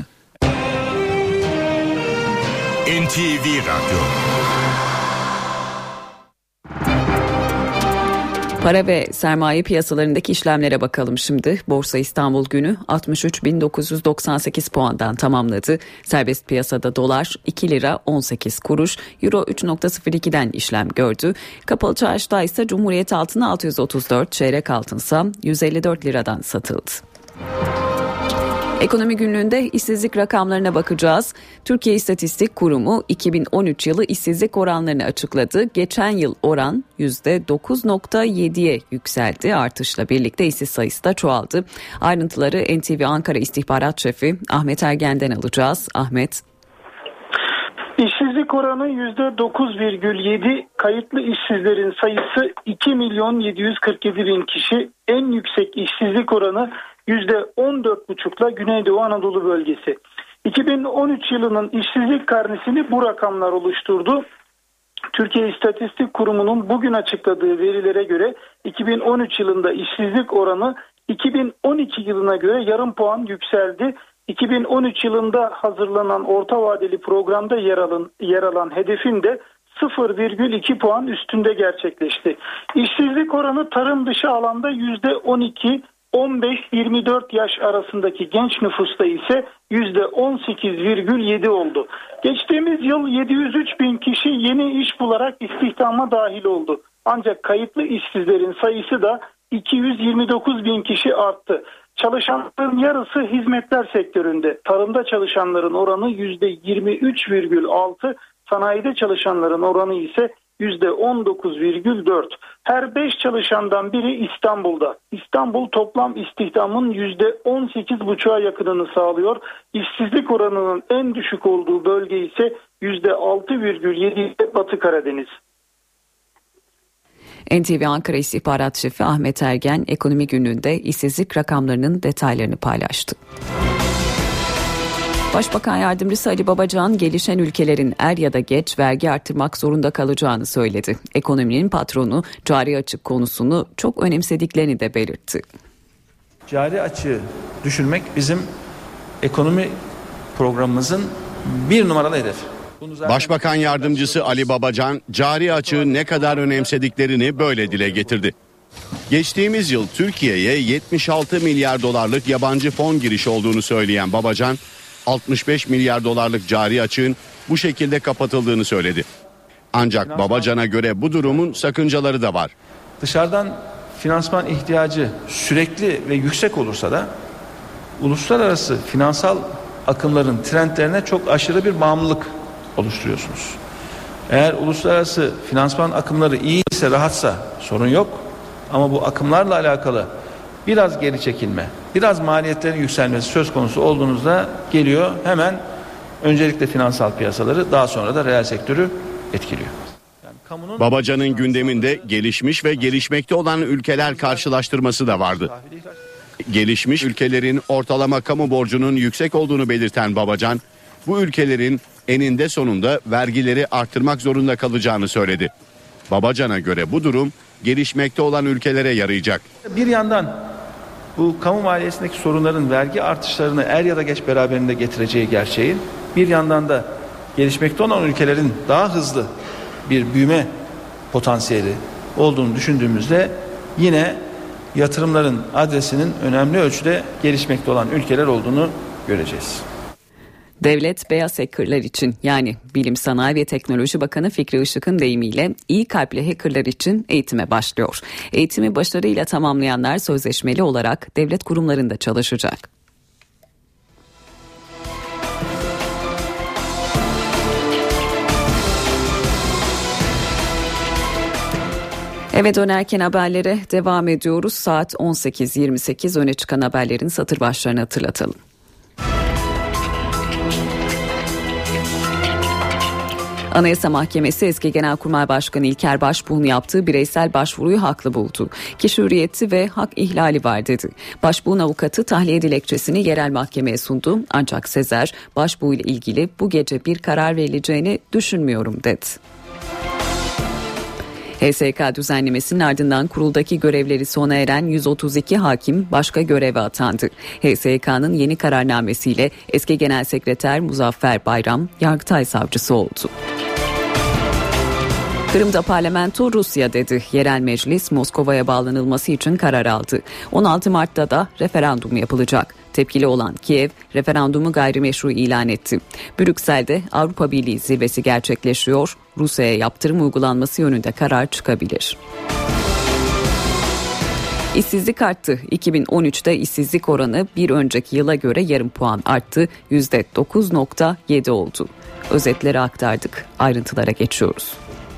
N T V Radyo. Para ve sermaye piyasalarındaki işlemlere bakalım şimdi. Borsa İstanbul günü altmış üç bin dokuz yüz doksan sekiz puandan tamamladı. Serbest piyasada dolar iki lira on sekiz kuruş, euro üç virgül sıfır ikiden işlem gördü. Kapalı çarşıda ise Cumhuriyet altını altı yüz otuz dört, çeyrek altınsa yüz elli dört liradan satıldı. Ekonomi günlüğünde işsizlik rakamlarına bakacağız. Türkiye İstatistik Kurumu iki bin on üç yılı işsizlik oranlarını açıkladı. Geçen yıl oran yüzde dokuz virgül yediye yükseldi. Artışla birlikte işsiz sayısı da çoğaldı. Ayrıntıları N T V Ankara İstihbarat Şefi Ahmet Ergen'den alacağız. Ahmet. İşsizlik oranı yüzde dokuz virgül yedi, kayıtlı işsizlerin sayısı iki milyon yedi yüz kırk yedi bin kişi, en yüksek işsizlik oranı yüzde on dört buçukla Güneydoğu Anadolu bölgesi. iki bin on üç yılının işsizlik karnesini bu rakamlar oluşturdu. Türkiye İstatistik Kurumu'nun bugün açıkladığı verilere göre iki bin on üç yılında işsizlik oranı iki bin on iki yılına göre yarım puan yükseldi. iki bin on üç yılında hazırlanan orta vadeli programda yer alan, yer alan hedefin de sıfır virgül iki puan üstünde gerçekleşti. İşsizlik oranı tarım dışı alanda yüzde on iki, on beş yirmi dört yaş arasındaki genç nüfusta ise yüzde on sekiz virgül yedi oldu. Geçtiğimiz yıl yedi yüz üç bin kişi yeni iş bularak istihdama dahil oldu. Ancak kayıtlı işsizlerin sayısı da iki yüz yirmi dokuz bin kişi arttı. Çalışanların yarısı hizmetler sektöründe. Tarımda çalışanların oranı yüzde yirmi üç virgül altı, sanayide çalışanların oranı ise yüzde on dokuz virgül dört. Her beş çalışandan biri İstanbul'da. İstanbul toplam istihdamın yüzde on sekiz buçuğa yakınını sağlıyor. İşsizlik oranının en düşük olduğu bölge ise yüzde altı virgül yedi Batı Karadeniz. N T V Ankara İstihbarat Şefi Ahmet Ergen ekonomi günlüğünde işsizlik rakamlarının detaylarını paylaştı. Başbakan Yardımcısı Ali Babacan gelişen ülkelerin er ya da geç vergi artırmak zorunda kalacağını söyledi. Ekonominin patronu cari açık konusunu çok önemsediklerini de belirtti. Cari açığı düşürmek bizim ekonomi programımızın bir numaralı hedefi. Başbakan Yardımcısı Ali Babacan cari açığı ne kadar önemsediklerini böyle dile getirdi. Geçtiğimiz yıl Türkiye'ye yetmiş altı milyar dolarlık yabancı fon girişi olduğunu söyleyen Babacan, altmış beş milyar dolarlık cari açığın bu şekilde kapatıldığını söyledi. Ancak Babacan'a göre bu durumun sakıncaları da var. Dışarıdan finansman ihtiyacı sürekli ve yüksek olursa da uluslararası finansal akımların trendlerine çok aşırı bir bağımlılık oluşturuyorsunuz. Eğer uluslararası finansman akımları iyi ise, rahatsa sorun yok. Ama bu akımlarla alakalı biraz geri çekilme, biraz maliyetlerin yükselmesi söz konusu olduğunuzda geliyor, hemen öncelikle finansal piyasaları, daha sonra da reel sektörü etkiliyor. Yani Babacan'ın gündeminde gelişmiş ve gelişmekte olan ülkeler karşılaştırması da vardı. Gelişmiş ülkelerin ortalama kamu borcunun yüksek olduğunu belirten Babacan, bu ülkelerin eninde sonunda vergileri arttırmak zorunda kalacağını söyledi. Babacan'a göre bu durum gelişmekte olan ülkelere yarayacak. Bir yandan bu kamu maliyesindeki sorunların vergi artışlarını er ya da geç beraberinde getireceği gerçeği, bir yandan da gelişmekte olan ülkelerin daha hızlı bir büyüme potansiyeli olduğunu düşündüğümüzde yine yatırımların adresinin önemli ölçüde gelişmekte olan ülkeler olduğunu göreceğiz. Devlet beyaz hackerlar için, yani Bilim Sanayi ve Teknoloji Bakanı Fikri Işık'ın deyimiyle iyi kalpli hackerlar için eğitime başlıyor. Eğitimi başarıyla tamamlayanlar sözleşmeli olarak devlet kurumlarında çalışacak. Eve dönerken haberlere devam ediyoruz. Saat on sekiz yirmi sekiz, öne çıkan haberlerin satır başlarını hatırlatalım. Anayasa Mahkemesi eski Genelkurmay Başkanı İlker Başbuğ'un yaptığı bireysel başvuruyu haklı buldu. Kişi hürriyeti ve hak ihlali var dedi. Başbuğ'un avukatı tahliye dilekçesini yerel mahkemeye sundu. Ancak Sezer, Başbuğ ile ilgili bu gece bir karar verileceğini düşünmüyorum dedi. H S K düzenlemesinin ardından kuruldaki görevleri sona eren yüz otuz iki hakim başka göreve atandı. H S K'nın yeni kararnamesiyle eski Genel Sekreter Muzaffer Bayram Yargıtay savcısı oldu. Kırım'da parlamento Rusya dedi. Yerel meclis Moskova'ya bağlanılması için karar aldı. on altı Mart'ta da referandum yapılacak. Tepkili olan Kiev referandumu gayrimeşru ilan etti. Brüksel'de Avrupa Birliği zirvesi gerçekleşiyor. Rusya'ya yaptırım uygulanması yönünde karar çıkabilir. İşsizlik arttı. iki bin on üçte işsizlik oranı bir önceki yıla göre yarım puan arttı. yüzde dokuz virgül yedi oldu. Özetleri aktardık. Ayrıntılara geçiyoruz.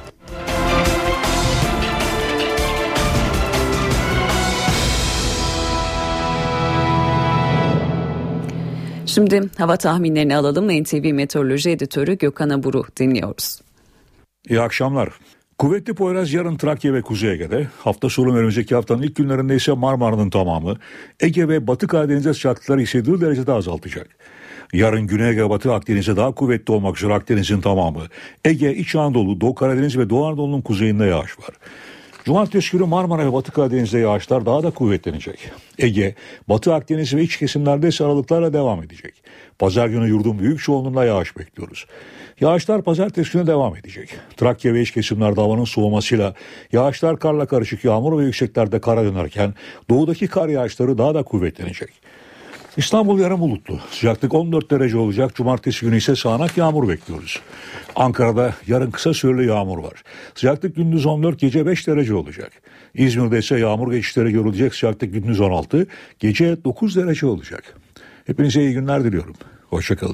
Şimdi hava tahminlerini alalım. N T V Meteoroloji Editörü Gökhan Abur'u dinliyoruz. İyi akşamlar. Kuvvetli Poyraz yarın Trakya ve Kuzey Ege'de, hafta sonu önümüzdeki haftanın ilk günlerinde ise Marmara'nın tamamı, Ege ve Batı Karadeniz'de sıcaklıkları hissedildiği derecede azaltacak. Yarın Güney Ege, Batı Akdeniz'e daha kuvvetli olmak üzere Akdeniz'in tamamı, Ege, İç Anadolu, Doğu Karadeniz ve Doğu Anadolu'nun kuzeyinde yağış var. Cumartesi günü Marmara ve Batı Karadeniz'de yağışlar daha da kuvvetlenecek. Ege, Batı Akdeniz ve iç kesimlerde ise aralıklarla devam edecek. Pazar günü yurdun büyük çoğunluğunda yağış bekliyoruz. Yağışlar pazartesi günü devam edecek. Trakya ve iç kesimlerde havanın soğumasıyla yağışlar karla karışık yağmur ve yükseklerde kara dönerken doğudaki kar yağışları daha da kuvvetlenecek. İstanbul yarın bulutlu. Sıcaklık on dört derece olacak. Cumartesi günü ise sağanak yağmur bekliyoruz. Ankara'da yarın kısa süreli yağmur var. Sıcaklık gündüz on dört, gece beş derece olacak. İzmir'de ise yağmur geçişleri görülecek. Sıcaklık gündüz on altı, gece dokuz derece olacak. Hepinize iyi günler diliyorum. Hoşçakalın.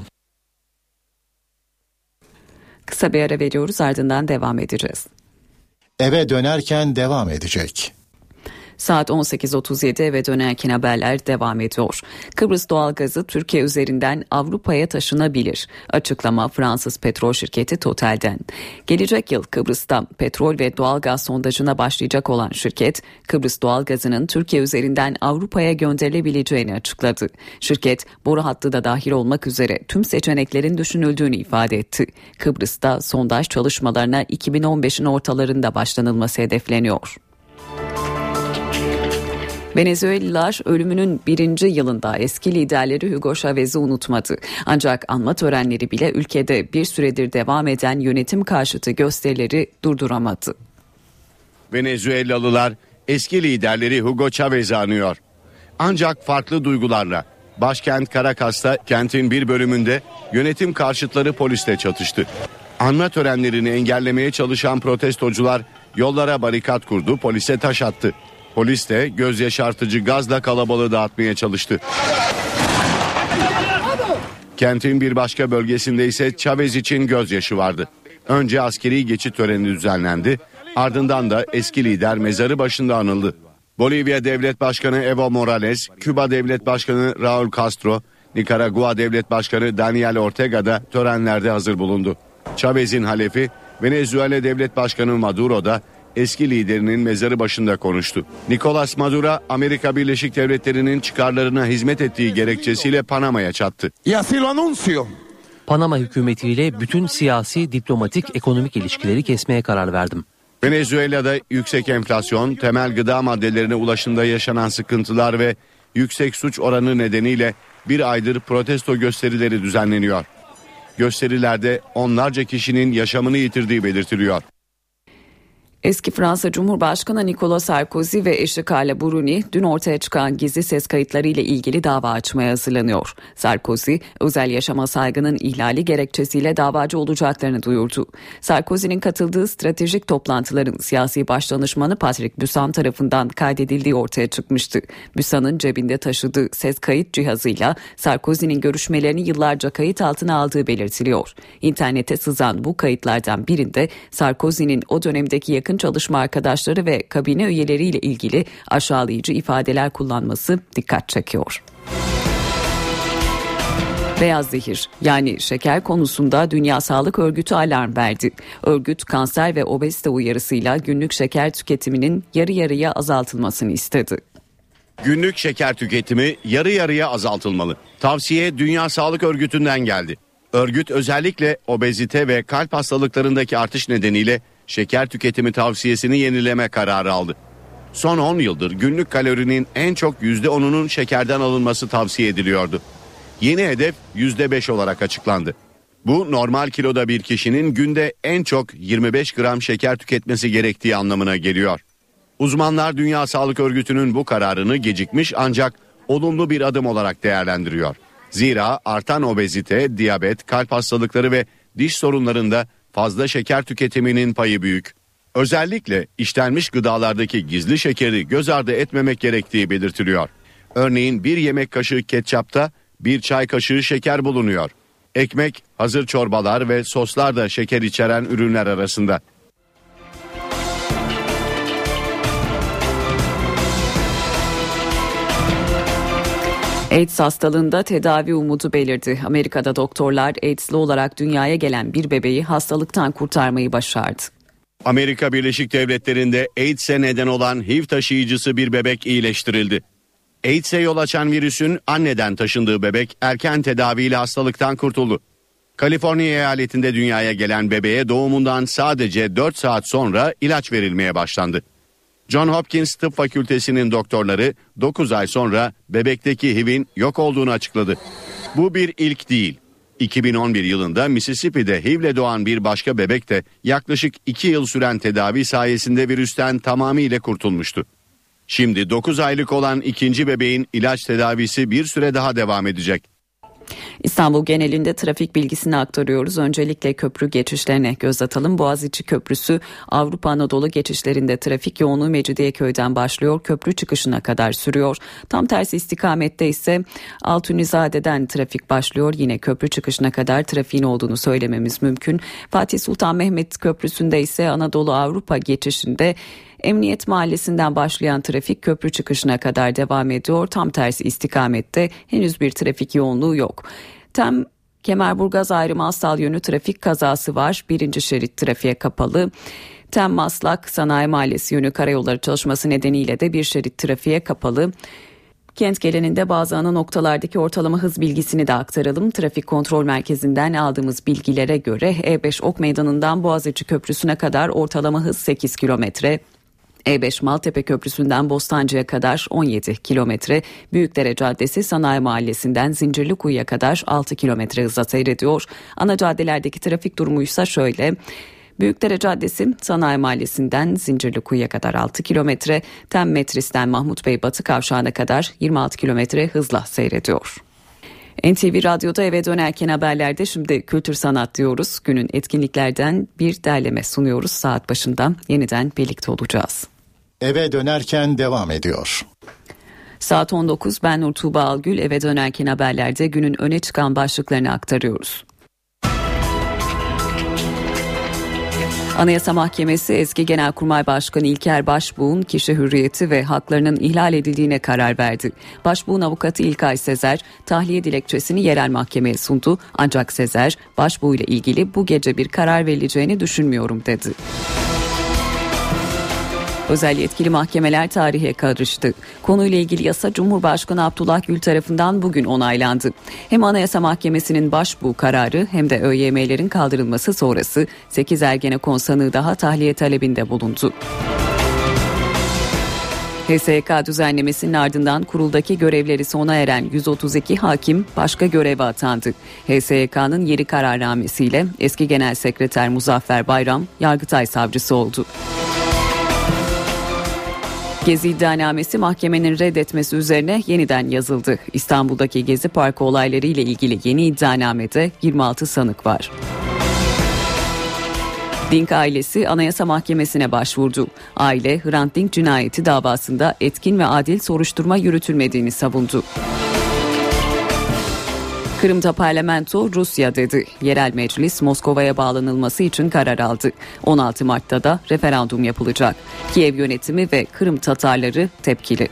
Kısa bir ara veriyoruz, ardından devam edeceğiz. Eve dönerken devam edecek. Saat on sekiz otuz yedi, eve dönerken haberler devam ediyor. Kıbrıs doğalgazı Türkiye üzerinden Avrupa'ya taşınabilir. Açıklama Fransız petrol şirketi Total'den. Gelecek yıl Kıbrıs'ta petrol ve doğalgaz sondajına başlayacak olan şirket, Kıbrıs doğalgazının Türkiye üzerinden Avrupa'ya gönderilebileceğini açıkladı. Şirket, boru hattı da dahil olmak üzere tüm seçeneklerin düşünüldüğünü ifade etti. Kıbrıs'ta sondaj çalışmalarına iki bin on beşin ortalarında başlanılması hedefleniyor. Venezuelalılar ölümünün birinci yılında eski liderleri Hugo Chávez'i unutmadı. Ancak anma törenleri bile ülkede bir süredir devam eden yönetim karşıtı gösterileri durduramadı. Venezuelalılar eski liderleri Hugo Chávez'i anıyor. Ancak farklı duygularla. Başkent Caracas'ta kentin bir bölümünde yönetim karşıtları polisle çatıştı. Anma törenlerini engellemeye çalışan protestocular yollara barikat kurdu, polise taş attı. Polis de göz yaşartıcı gazla kalabalığı dağıtmaya çalıştı. Kentin bir başka bölgesinde ise Chávez için gözyaşı vardı. Önce askeri geçit töreni düzenlendi, ardından da eski lider mezarı başında anıldı. Bolivya Devlet Başkanı Evo Morales, Küba Devlet Başkanı Raul Castro, Nikaragua Devlet Başkanı Daniel Ortega da törenlerde hazır bulundu. Chávez'in halefi Venezuela Devlet Başkanı Maduro da eski liderinin mezarı başında konuştu. Nicolas Maduro, Amerika Birleşik Devletleri'nin çıkarlarına hizmet ettiği gerekçesiyle Panama'ya çattı. Panama hükümetiyle bütün siyasi, diplomatik, ekonomik ilişkileri kesmeye karar verdim. Venezuela'da yüksek enflasyon, temel gıda maddelerine ulaşımda yaşanan sıkıntılar ve yüksek suç oranı nedeniyle bir aydır protesto gösterileri düzenleniyor. Gösterilerde onlarca kişinin yaşamını yitirdiği belirtiliyor. Eski Fransa Cumhurbaşkanı Nicolas Sarkozy ve eşi Carla Bruni dün ortaya çıkan gizli ses kayıtları ile ilgili dava açmaya hazırlanıyor. Sarkozy, özel yaşama saygının ihlali gerekçesiyle davacı olacaklarını duyurdu. Sarkozy'nin katıldığı stratejik toplantıların siyasi başdanışmanı Patrick Buisson tarafından kaydedildiği ortaya çıkmıştı. Buisson'ın cebinde taşıdığı ses kayıt cihazıyla Sarkozy'nin görüşmelerini yıllarca kayıt altına aldığı belirtiliyor. İnternete sızan bu kayıtlardan birinde Sarkozy'nin o dönemdeki yakın yakın çalışma arkadaşları ve kabine üyeleriyle ilgili aşağılayıcı ifadeler kullanması dikkat çekiyor. Beyaz zehir yani şeker konusunda Dünya Sağlık Örgütü alarm verdi. Örgüt kanser ve obezite uyarısıyla günlük şeker tüketiminin yarı yarıya azaltılmasını istedi. Günlük şeker tüketimi yarı yarıya azaltılmalı. Tavsiye Dünya Sağlık Örgütü'nden geldi. Örgüt özellikle obezite ve kalp hastalıklarındaki artış nedeniyle şeker tüketimi tavsiyesini yenileme kararı aldı. Son on yıldır günlük kalorinin en çok yüzde onunun şekerden alınması tavsiye ediliyordu. Yeni hedef yüzde beş olarak açıklandı. Bu normal kiloda bir kişinin günde en çok yirmi beş gram şeker tüketmesi gerektiği anlamına geliyor. Uzmanlar Dünya Sağlık Örgütü'nün bu kararını gecikmiş ancak olumlu bir adım olarak değerlendiriyor. Zira artan obezite, diyabet, kalp hastalıkları ve diş sorunlarında fazla şeker tüketiminin payı büyük. Özellikle işlenmiş gıdalardaki gizli şekeri göz ardı etmemek gerektiği belirtiliyor. Örneğin bir yemek kaşığı ketçapta bir çay kaşığı şeker bulunuyor. Ekmek, hazır çorbalar ve soslar da şeker içeren ürünler arasında. AIDS hastalığında tedavi umudu belirdi. Amerika'da doktorlar AIDS'li olarak dünyaya gelen bir bebeği hastalıktan kurtarmayı başardı. Amerika Birleşik Devletleri'nde AIDS'e neden olan H I V taşıyıcısı bir bebek iyileştirildi. AIDS'e yol açan virüsün anneden taşındığı bebek erken tedaviyle hastalıktan kurtuldu. Kaliforniya eyaletinde dünyaya gelen bebeğe doğumundan sadece dört saat sonra ilaç verilmeye başlandı. John Hopkins Tıp Fakültesi'nin doktorları dokuz ay sonra bebekteki H I V'in yok olduğunu açıkladı. Bu bir ilk değil. iki bin on bir yılında Mississippi'de H I V'le doğan bir başka bebek de yaklaşık iki yıl süren tedavi sayesinde virüsten tamamıyla kurtulmuştu. Şimdi dokuz aylık olan ikinci bebeğin ilaç tedavisi bir süre daha devam edecek. İstanbul genelinde trafik bilgisini aktarıyoruz. Öncelikle köprü geçişlerine göz atalım. Boğaziçi Köprüsü Avrupa Anadolu geçişlerinde trafik yoğunluğu Mecidiyeköy'den başlıyor. Köprü çıkışına kadar sürüyor. Tam tersi istikamette ise Altunizade'den trafik başlıyor. Yine köprü çıkışına kadar trafiğin olduğunu söylememiz mümkün. Fatih Sultan Mehmet Köprüsü'nde ise Anadolu Avrupa geçişinde Emniyet Mahallesi'nden başlayan trafik köprü çıkışına kadar devam ediyor. Tam tersi istikamette henüz bir trafik yoğunluğu yok. Tem Kemerburgaz ayrımı Asal yönü trafik kazası var. Birinci şerit trafiğe kapalı. Tem Maslak Sanayi Mahallesi yönü karayolları çalışması nedeniyle de bir şerit trafiğe kapalı. Kent geleninde bazı ana noktalardaki ortalama hız bilgisini de aktaralım. Trafik kontrol merkezinden aldığımız bilgilere göre E beş Ok Meydanı'ndan Boğaziçi Köprüsü'ne kadar ortalama hız sekiz kilometre. E beş Maltepe Köprüsü'nden Bostancı'ya kadar on yedi kilometre, Büyükdere Caddesi Sanayi Mahallesi'nden Zincirlikuyu'ya kadar altı kilometre hızla seyrediyor. Ana caddelerdeki trafik durumuysa şöyle: Büyükdere Caddesi Sanayi Mahallesi'nden Zincirlikuyu'ya kadar altı kilometre, Tem Metris'ten Mahmut Bey Batı Kavşağı'na kadar yirmi altı kilometre hızla seyrediyor. N T V Radyo'da eve dönerken haberlerde şimdi kültür sanat diyoruz. Günün etkinliklerden bir derleme sunuyoruz. Saat başından yeniden birlikte olacağız. Eve dönerken devam ediyor. Saat on dokuz, ben Nur Tuğba Algül. Eve dönerken haberlerde günün öne çıkan başlıklarını aktarıyoruz. Anayasa Mahkemesi eski Genelkurmay Başkanı İlker Başbuğ'un kişi hürriyeti ve haklarının ihlal edildiğine karar verdi. Başbuğ'un avukatı İlkay Sezer tahliye dilekçesini yerel mahkemeye sundu. Ancak Sezer, Başbuğ ile ilgili bu gece bir karar verileceğini düşünmüyorum dedi. Özel yetkili mahkemeler tarihe karıştı. Konuyla ilgili yasa Cumhurbaşkanı Abdullah Gül tarafından bugün onaylandı. Hem Anayasa Mahkemesi'nin başbuğ kararı hem de Ö Y M'lerin kaldırılması sonrası sekiz Ergenekon sanığı daha tahliye talebinde bulundu. H S Y K düzenlemesinin ardından kuruldaki görevleri sona eren yüz otuz iki hakim başka göreve atandı. H S Y K'nın yeni kararnamesiyle eski Genel Sekreter Muzaffer Bayram Yargıtay Savcısı oldu. Gezi iddianamesi mahkemenin reddetmesi üzerine yeniden yazıldı. İstanbul'daki Gezi Parkı olayları ile ilgili yeni iddianamede yirmi altı sanık var. Dink ailesi Anayasa Mahkemesi'ne başvurdu. Aile, Hrant Dink cinayeti davasında etkin ve adil soruşturma yürütülmediğini savundu. Kırım'da parlamento Rusya dedi. Yerel meclis Moskova'ya bağlanılması için karar aldı. on altı Mart'ta da referandum yapılacak. Kiev yönetimi ve Kırım Tatarları tepkili.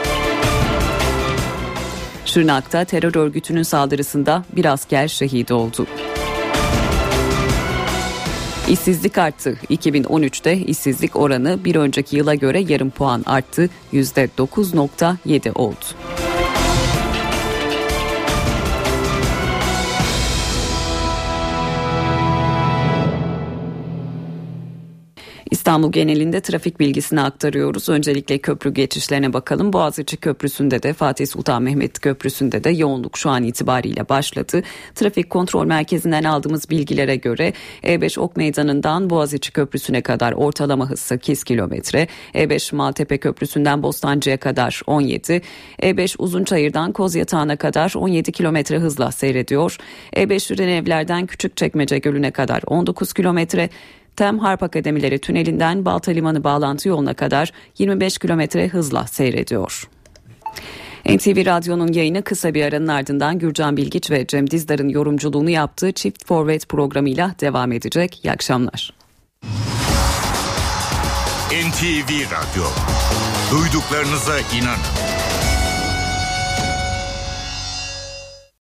Şırnak'ta terör örgütünün saldırısında bir asker şehit oldu. İşsizlik arttı. iki bin on üçte işsizlik oranı bir önceki yıla göre yarım puan arttı. yüzde dokuz virgül yedi oldu. İstanbul genelinde trafik bilgisini aktarıyoruz. Öncelikle köprü geçişlerine bakalım. Boğaziçi Köprüsü'nde de Fatih Sultan Mehmet Köprüsü'nde de yoğunluk şu an itibariyle başladı. Trafik kontrol merkezinden aldığımız bilgilere göre E beş Ok Meydanı'ndan Boğaziçi Köprüsü'ne kadar ortalama hız sekiz kilometre. E beş Maltepe Köprüsü'nden Bostancı'ya kadar on yedi. E beş Uzunçayır'dan Kozyatağı'na kadar on yedi kilometre hızla seyrediyor. E beş Şirinevler'den Küçükçekmece Gölü'ne kadar on dokuz kilometre. Tem Harp Akademileri Tüneli'nden Balta Limanı bağlantı yoluna kadar yirmi beş kilometre hızla seyrediyor. N T V Radyo'nun yayını kısa bir aranın ardından Gürcan Bilgiç ve Cem Dizdar'ın yorumculuğunu yaptığı Çift Forvet programıyla devam edecek. İyi akşamlar. N T V Radyo. Duyduklarınıza inanın.